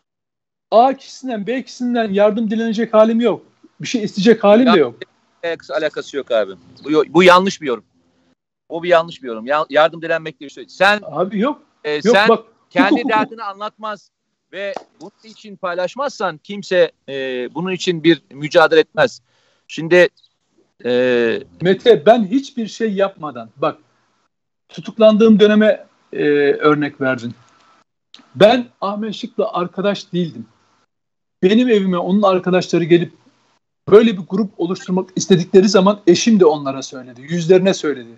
A kişisinden, B kişisinden yardım dilenecek halim yok. Bir şey isteyecek halim ya, de yok. Alakası yok abi. Bu, bu yanlış bir yorum. O bir yanlış bir yorum. Ya, yardım dilenmek diye bir şey. Sen abi yok. E, yok sen bak, kendi hukuk, derdini hukuk. anlatmaz ve bunun için paylaşmazsan kimse e, bunun için bir mücadele etmez. Şimdi e, Mete ben hiçbir şey yapmadan bak tutuklandığım döneme e, örnek verdin. Ben Ahmet Şık'la arkadaş değildim. Benim evime onun arkadaşları gelip böyle bir grup oluşturmak istedikleri zaman eşim de onlara söyledi. Yüzlerine söyledi.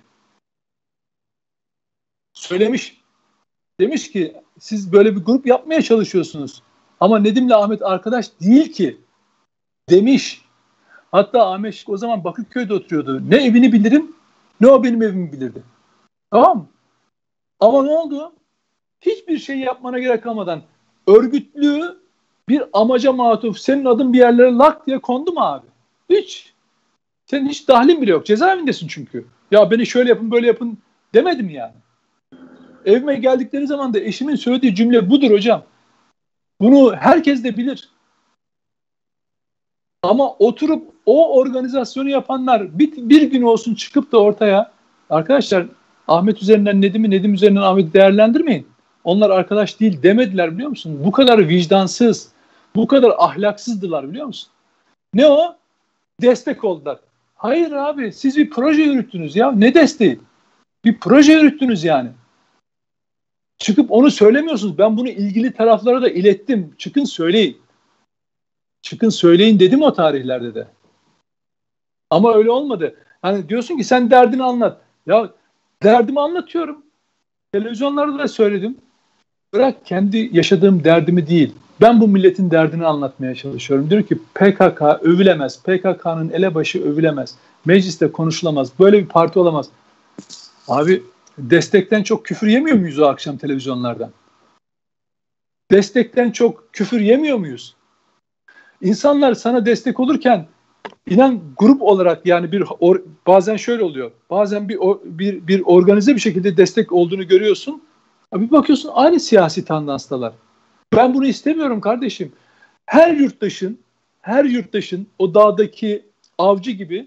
Söylemiş. Demiş ki siz böyle bir grup yapmaya çalışıyorsunuz. Ama Nedim'le Ahmet arkadaş değil ki. Demiş. Hatta Ahmet Şık o zaman Bakırköy'de oturuyordu. Ne evini bilirim ne o benim evimi bilirdi. Tamam mı? Ama ne oldu? Hiçbir şey yapmana gerek kalmadan örgütlüğü bir amaca matuf senin adın bir yerlere lak diye kondu mu abi? Hiç. Senin hiç dahlin bile yok. Cezaevindesin çünkü. Ya beni şöyle yapın böyle yapın demedim yani. Evime geldikleri zaman da eşimin söylediği cümle budur hocam. Bunu herkes de bilir. Ama oturup o organizasyonu yapanlar bir, bir gün olsun çıkıp da ortaya arkadaşlar Ahmet üzerinden Nedim'i, Nedim üzerinden Ahmet'i değerlendirmeyin. Onlar arkadaş değil demediler biliyor musun? Bu kadar vicdansız, bu kadar ahlaksızdılar biliyor musun? Ne o? Destek oldular. Hayır abi siz bir proje yürüttünüz ya. Ne desteği? Bir proje yürüttünüz yani. Çıkıp onu söylemiyorsunuz. Ben bunu ilgili taraflara da ilettim. Çıkın söyleyin. Çıkın söyleyin dedim o tarihlerde de. Ama öyle olmadı. Hani diyorsun ki sen derdini anlat. Ya derdimi anlatıyorum. Televizyonlarda da söyledim. Bırak kendi yaşadığım derdimi değil. Ben bu milletin derdini anlatmaya çalışıyorum. Diyor ki P K K övülemez. P K K'nın elebaşı övülemez. Mecliste konuşulamaz. Böyle bir parti olamaz. Abi destekten çok küfür yemiyor muyuz o akşam televizyonlardan? Destekten çok küfür yemiyor muyuz? İnsanlar sana destek olurken inan grup olarak yani bir or, bazen şöyle oluyor. Bazen bir, bir bir organize bir şekilde destek olduğunu görüyorsun. Bir bakıyorsun aynı siyasi tandanstalar. Ben bunu istemiyorum kardeşim. Her yurttaşın, her yurttaşın o dağdaki avcı gibi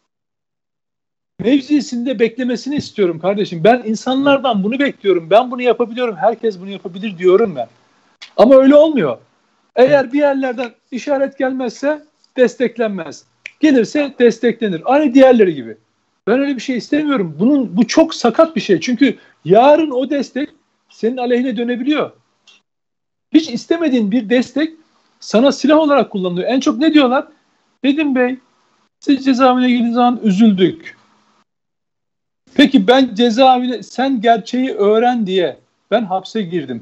mevzisinde beklemesini istiyorum kardeşim. Ben insanlardan bunu bekliyorum. Ben bunu yapabiliyorum. Herkes bunu yapabilir diyorum ben. Ama öyle olmuyor. Eğer bir yerlerden işaret gelmezse desteklenmez. Gelirse desteklenir. Aynı diğerleri gibi. Ben öyle bir şey istemiyorum. Bunun bu çok sakat bir şey. Çünkü yarın o destek senin aleyhine dönebiliyor. Hiç istemediğin bir destek sana silah olarak kullanılıyor. En çok ne diyorlar? Nedim Bey, siz cezaevine girdiğiniz zaman üzüldük. Peki ben cezaevine, sen gerçeği öğren diye ben hapse girdim.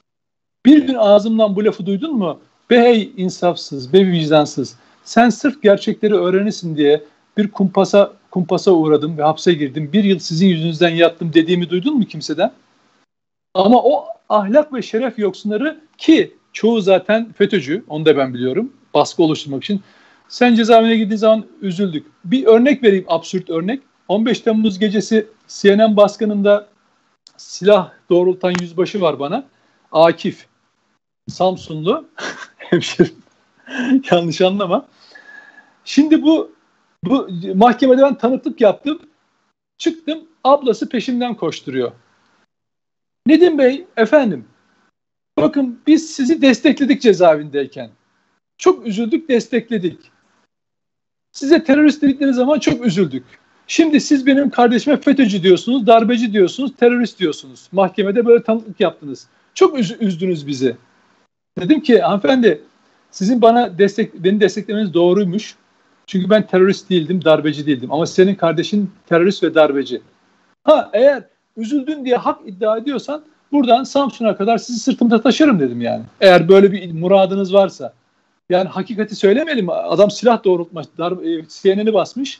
Bir gün ağzımdan bu lafı duydun mu? Be hey insafsız, be vicdansız. Sen sırf gerçekleri öğrenirsin diye bir kumpasa kumpasa uğradım ve hapse girdim. Bir yıl sizin yüzünüzden yattım dediğimi duydun mu kimseden? Ama o ahlak ve şeref yoksunları ki çoğu zaten FETÖ'cü, onu da ben biliyorum, baskı oluşturmak için. Sen cezaevine girdiğin zaman üzüldük. Bir örnek vereyim, absürt örnek. on beş Temmuz gecesi C N N baskınında silah doğrultan yüzbaşı var bana. Akif. Samsunlu. Hemşerim. Yanlış anlama. Şimdi bu, bu mahkemede ben tanıklık yaptım. Çıktım. Ablası peşimden koşturuyor. Nedim Bey, efendim, bakın biz sizi destekledik cezaevindeyken. Çok üzüldük, destekledik. Size terörist dedikleri zaman çok üzüldük. Şimdi siz benim kardeşime FETÖ'cü diyorsunuz, darbeci diyorsunuz, terörist diyorsunuz. Mahkemede böyle tanıklık yaptınız. Çok üz- üzdünüz bizi. Dedim ki hanımefendi, sizin bana destek, beni desteklemeniz doğruymuş. Çünkü ben terörist değildim, darbeci değildim. Ama senin kardeşin terörist ve darbeci. Ha eğer üzüldün diye hak iddia ediyorsan buradan Samsun'a kadar sizi sırtımda taşırım dedim yani. Eğer böyle bir muradınız varsa. Yani hakikati söylemeyelim. Adam silah doğrultmuş, C N N'i basmış.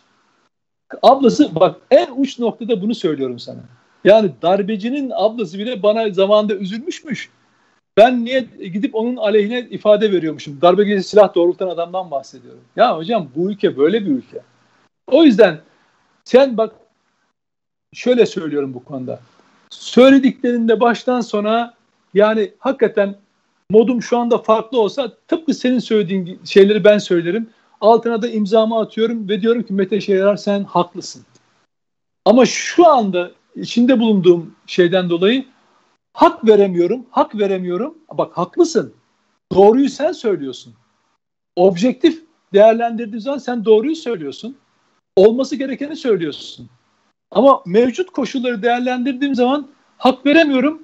Ablası bak en uç noktada bunu söylüyorum sana. Yani darbecinin ablası bile bana zamanında üzülmüşmüş. Ben niye gidip onun aleyhine ifade veriyormuşum? Darbe gecesi silah doğrultan adamdan bahsediyorum. Ya hocam bu ülke böyle bir ülke. O yüzden sen bak şöyle söylüyorum bu konuda. Söylediklerinde baştan sona yani hakikaten modum şu anda farklı olsa tıpkı senin söylediğin şeyleri ben söylerim. Altına da imzamı atıyorum ve diyorum ki Mete Şener sen haklısın. Ama şu anda içinde bulunduğum şeyden dolayı hak veremiyorum, hak veremiyorum. Bak haklısın. Doğruyu sen söylüyorsun. Objektif değerlendirdiğin zaman sen doğruyu söylüyorsun. Olması gerekeni söylüyorsun. Ama mevcut koşulları değerlendirdiğim zaman hak veremiyorum.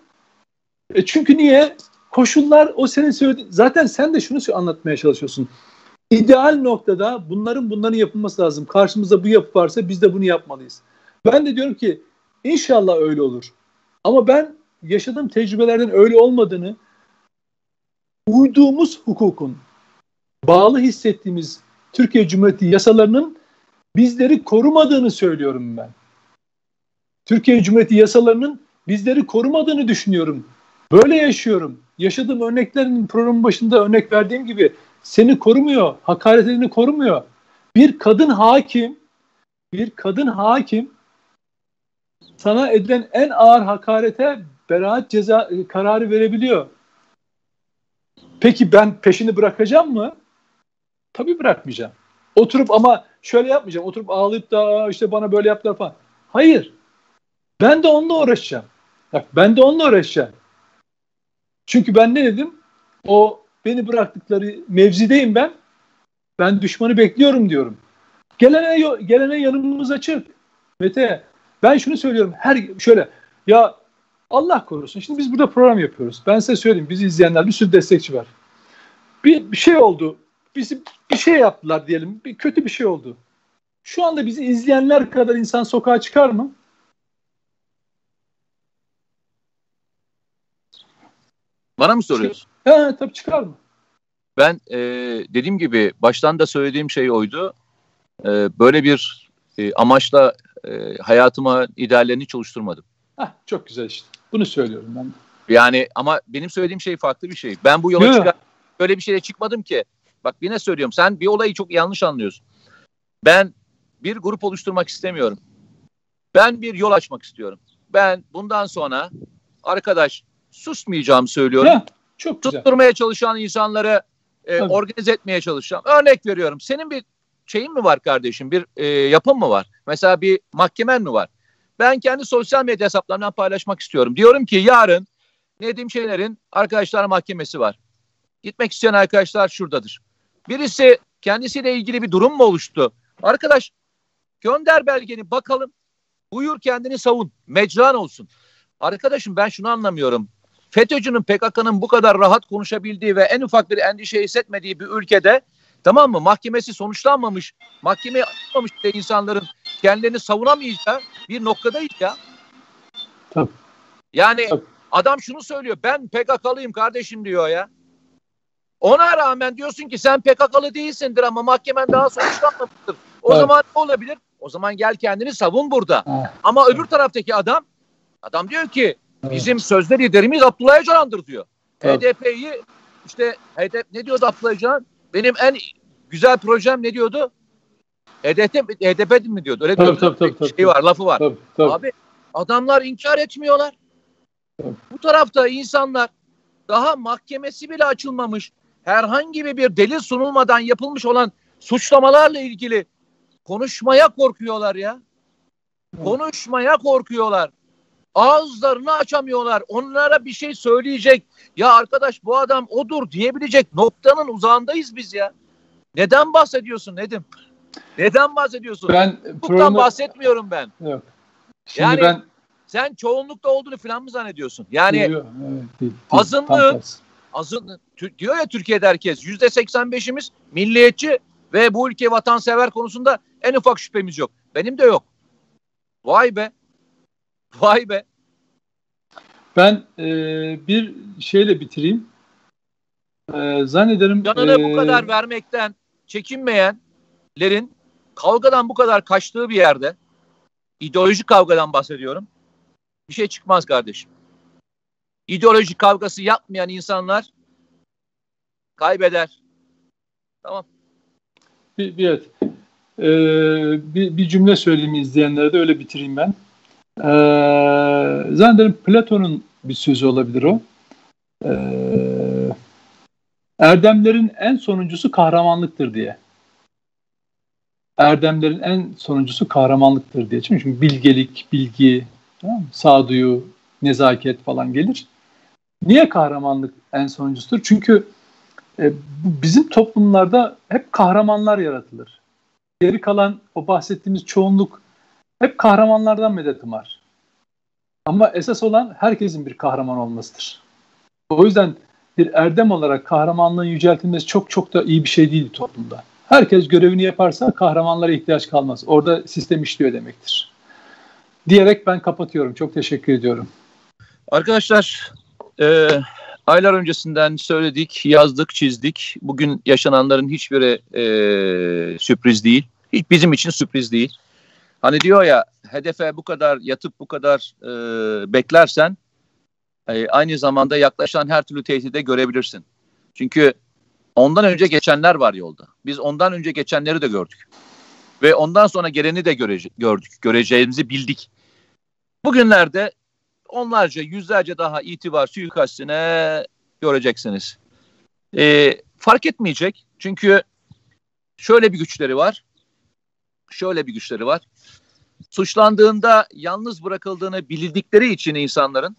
E çünkü niye? Koşullar o senin söylediğin. Zaten sen de şunu anlatmaya çalışıyorsun. İdeal noktada bunların bunların yapılması lazım. Karşımızda bu yapı varsa biz de bunu yapmalıyız. Ben de diyorum ki inşallah öyle olur. Ama ben yaşadığım tecrübelerden öyle olmadığını, uyduğumuz hukukun, bağlı hissettiğimiz Türkiye Cumhuriyeti yasalarının bizleri korumadığını söylüyorum ben. Türkiye Cumhuriyeti yasalarının bizleri korumadığını düşünüyorum. Böyle yaşıyorum. Yaşadığım örneklerin programın başında örnek verdiğim gibi seni korumuyor, hakaretlerini korumuyor. Bir kadın hakim, bir kadın hakim sana edilen en ağır hakarete beraat ceza kararı verebiliyor. Peki ben peşini bırakacağım mı? Tabii bırakmayacağım. Oturup ama şöyle yapmayacağım. Oturup ağlayıp da işte bana böyle yaptılar falan. Hayır. Ben de onunla uğraşacağım. Bak ben de onunla uğraşacağım. Çünkü ben ne dedim? O beni bıraktıkları mevzideyim ben. Ben düşmanı bekliyorum diyorum. Gelene, gelene yanımız açık. Mete, ben şunu söylüyorum. Her şöyle ya Allah korusun. Şimdi biz burada program yapıyoruz. Ben size söyleyeyim. Bizi izleyenler bir sürü destekçi var. Bir, bir şey oldu. bizi bir şey yaptılar diyelim. Bir kötü bir şey oldu. Şu anda bizi izleyenler kadar insan sokağa çıkar mı? Bana mı soruyorsun? He, tabii çıkar mı? Ben e, dediğim gibi baştan da söylediğim şey oydu. E, böyle bir e, amaçla e, hayatıma ideallerini hiç oluşturmadım. Heh, çok güzel işte. Bunu söylüyorum ben. Yani ama benim söylediğim şey farklı bir şey. Ben bu yola Yok. çıkar, böyle bir şeyle çıkmadım ki. Bak yine söylüyorum, sen bir olayı çok yanlış anlıyorsun. Ben bir grup oluşturmak istemiyorum. Ben bir yol açmak istiyorum. Ben bundan sonra arkadaş susmayacağım söylüyorum. Heh, çok güzel. Tutturmaya çalışan insanları e, organize etmeye çalışacağım. Örnek veriyorum. Senin bir şeyin mi var kardeşim? Bir e, yapın mı var? Mesela bir mahkemen mi var? Ben kendi sosyal medya hesaplarımdan paylaşmak istiyorum. Diyorum ki yarın Nedim Şener'in arkadaşlar mahkemesi var. Gitmek isteyen arkadaşlar şuradadır. Birisi kendisiyle ilgili bir durum mu oluştu? Arkadaş gönder belgeni bakalım. Buyur kendini savun. Mecran olsun. Arkadaşım ben şunu anlamıyorum. FETÖ'cünün P K K'nın bu kadar rahat konuşabildiği ve en ufak bir endişe hissetmediği bir ülkede, tamam mı, mahkemesi sonuçlanmamış, mahkemeye açılmamış de insanların kendilerini savunamayacağı bir noktadayız ya. Tabii. Yani Tabii. adam şunu söylüyor, ben P K K'lıyım kardeşim diyor ya. Ona rağmen diyorsun ki sen P K K'lı değilsindir ama mahkemen daha sonuçlanmamıştır. O evet. zaman ne olabilir? O zaman gel kendini savun burada. Evet. Ama öbür taraftaki adam, adam diyor ki bizim evet. sözde liderimiz Abdullah Öcalan'dır diyor. Evet. H D P'yi işte H D P, ne diyordu Abdullah Öcalan? Benim en güzel projem ne diyordu? H D P, H D P mi diyordu? Öyle tabii, tabii, tabii, şey tabii. var, lafı var. Tabii, tabii. Abi adamlar inkar etmiyorlar. Tabii. Bu tarafta insanlar daha mahkemesi bile açılmamış, herhangi bir delil sunulmadan yapılmış olan suçlamalarla ilgili konuşmaya korkuyorlar ya. Evet. Konuşmaya korkuyorlar. Ağızlarını açamıyorlar. Onlara bir şey söyleyecek, ya arkadaş bu adam odur diyebilecek noktanın uzağındayız biz ya. Neden bahsediyorsun Nedim? Neden bahsediyorsun? Ben hukuktan bahsetmiyorum ben. Yok. Şimdi yani ben... sen çoğunlukta olduğunu falan mı zannediyorsun? Yani yok, evet, değil, değil, azınlığın, azın, diyor ya Türkiye'de herkes yüzde seksen beşimiz milliyetçi ve bu ülke vatansever konusunda en ufak şüphemiz yok. Benim de yok. Vay be. Vay be. Ben e, bir şeyle bitireyim. E, zannederim... Canını e, bu kadar vermekten çekinmeyenlerin kavgadan bu kadar kaçtığı bir yerde, ideolojik kavgadan bahsediyorum, bir şey çıkmaz kardeşim. İdeolojik kavgası yapmayan insanlar kaybeder. Tamam. Bir, bir, evet. ee, bir, bir cümle söyleyeyim izleyenlere de öyle bitireyim ben. Ee, zannederim Platon'un bir sözü olabilir o. Ee, erdemlerin en sonuncusu kahramanlıktır diye. Erdemlerin en sonuncusu kahramanlıktır diye. Çünkü bilgelik, bilgi, tamam mı? Sağduyu, nezaket falan gelir. Niye kahramanlık en sonuncusudur? Çünkü e, bizim toplumlarda hep kahramanlar yaratılır. Geri kalan o bahsettiğimiz çoğunluk hep kahramanlardan medet umar. Ama esas olan herkesin bir kahraman olmasıdır. O yüzden bir erdem olarak kahramanlığın yüceltilmesi çok çok da iyi bir şey değil toplumda. Herkes görevini yaparsa kahramanlara ihtiyaç kalmaz. Orada sistem işliyor demektir. Diyerek ben kapatıyorum. Çok teşekkür ediyorum. Arkadaşlar, e, aylar öncesinden söyledik, yazdık, çizdik. Bugün yaşananların hiçbiri e, sürpriz değil. Hiç bizim için sürpriz değil. Hani diyor ya, hedefe bu kadar yatıp bu kadar e, beklersen e, aynı zamanda yaklaşan her türlü tehdide görebilirsin. Çünkü ondan önce geçenler var yolda. Biz ondan önce geçenleri de gördük. Ve ondan sonra geleni de görece- gördük. Göreceğimizi bildik. Bugünlerde onlarca, yüzlerce daha itibar suikastine göreceksiniz. E, fark etmeyecek. Çünkü şöyle bir güçleri var. Şöyle bir güçleri var. Suçlandığında yalnız bırakıldığını bildikleri için insanların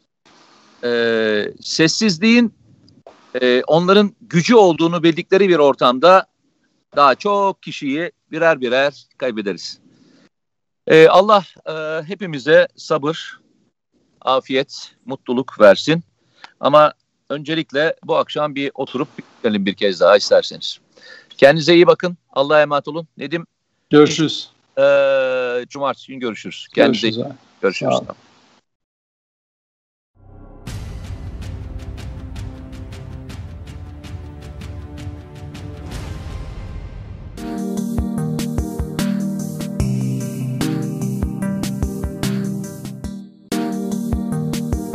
e, sessizliğin e, onların gücü olduğunu bildikleri bir ortamda daha çok kişiyi birer birer kaybederiz. E, Allah e, hepimize sabır, afiyet, mutluluk versin. Ama öncelikle bu akşam bir oturup bitirelim bir kez daha isterseniz. Kendinize iyi bakın. Allah'a emanet olun. Nedim. Görüşürüz. E, Cumartesi günü görüşürüz. Kendinize görüşürüz. iyi. Görüşürüz.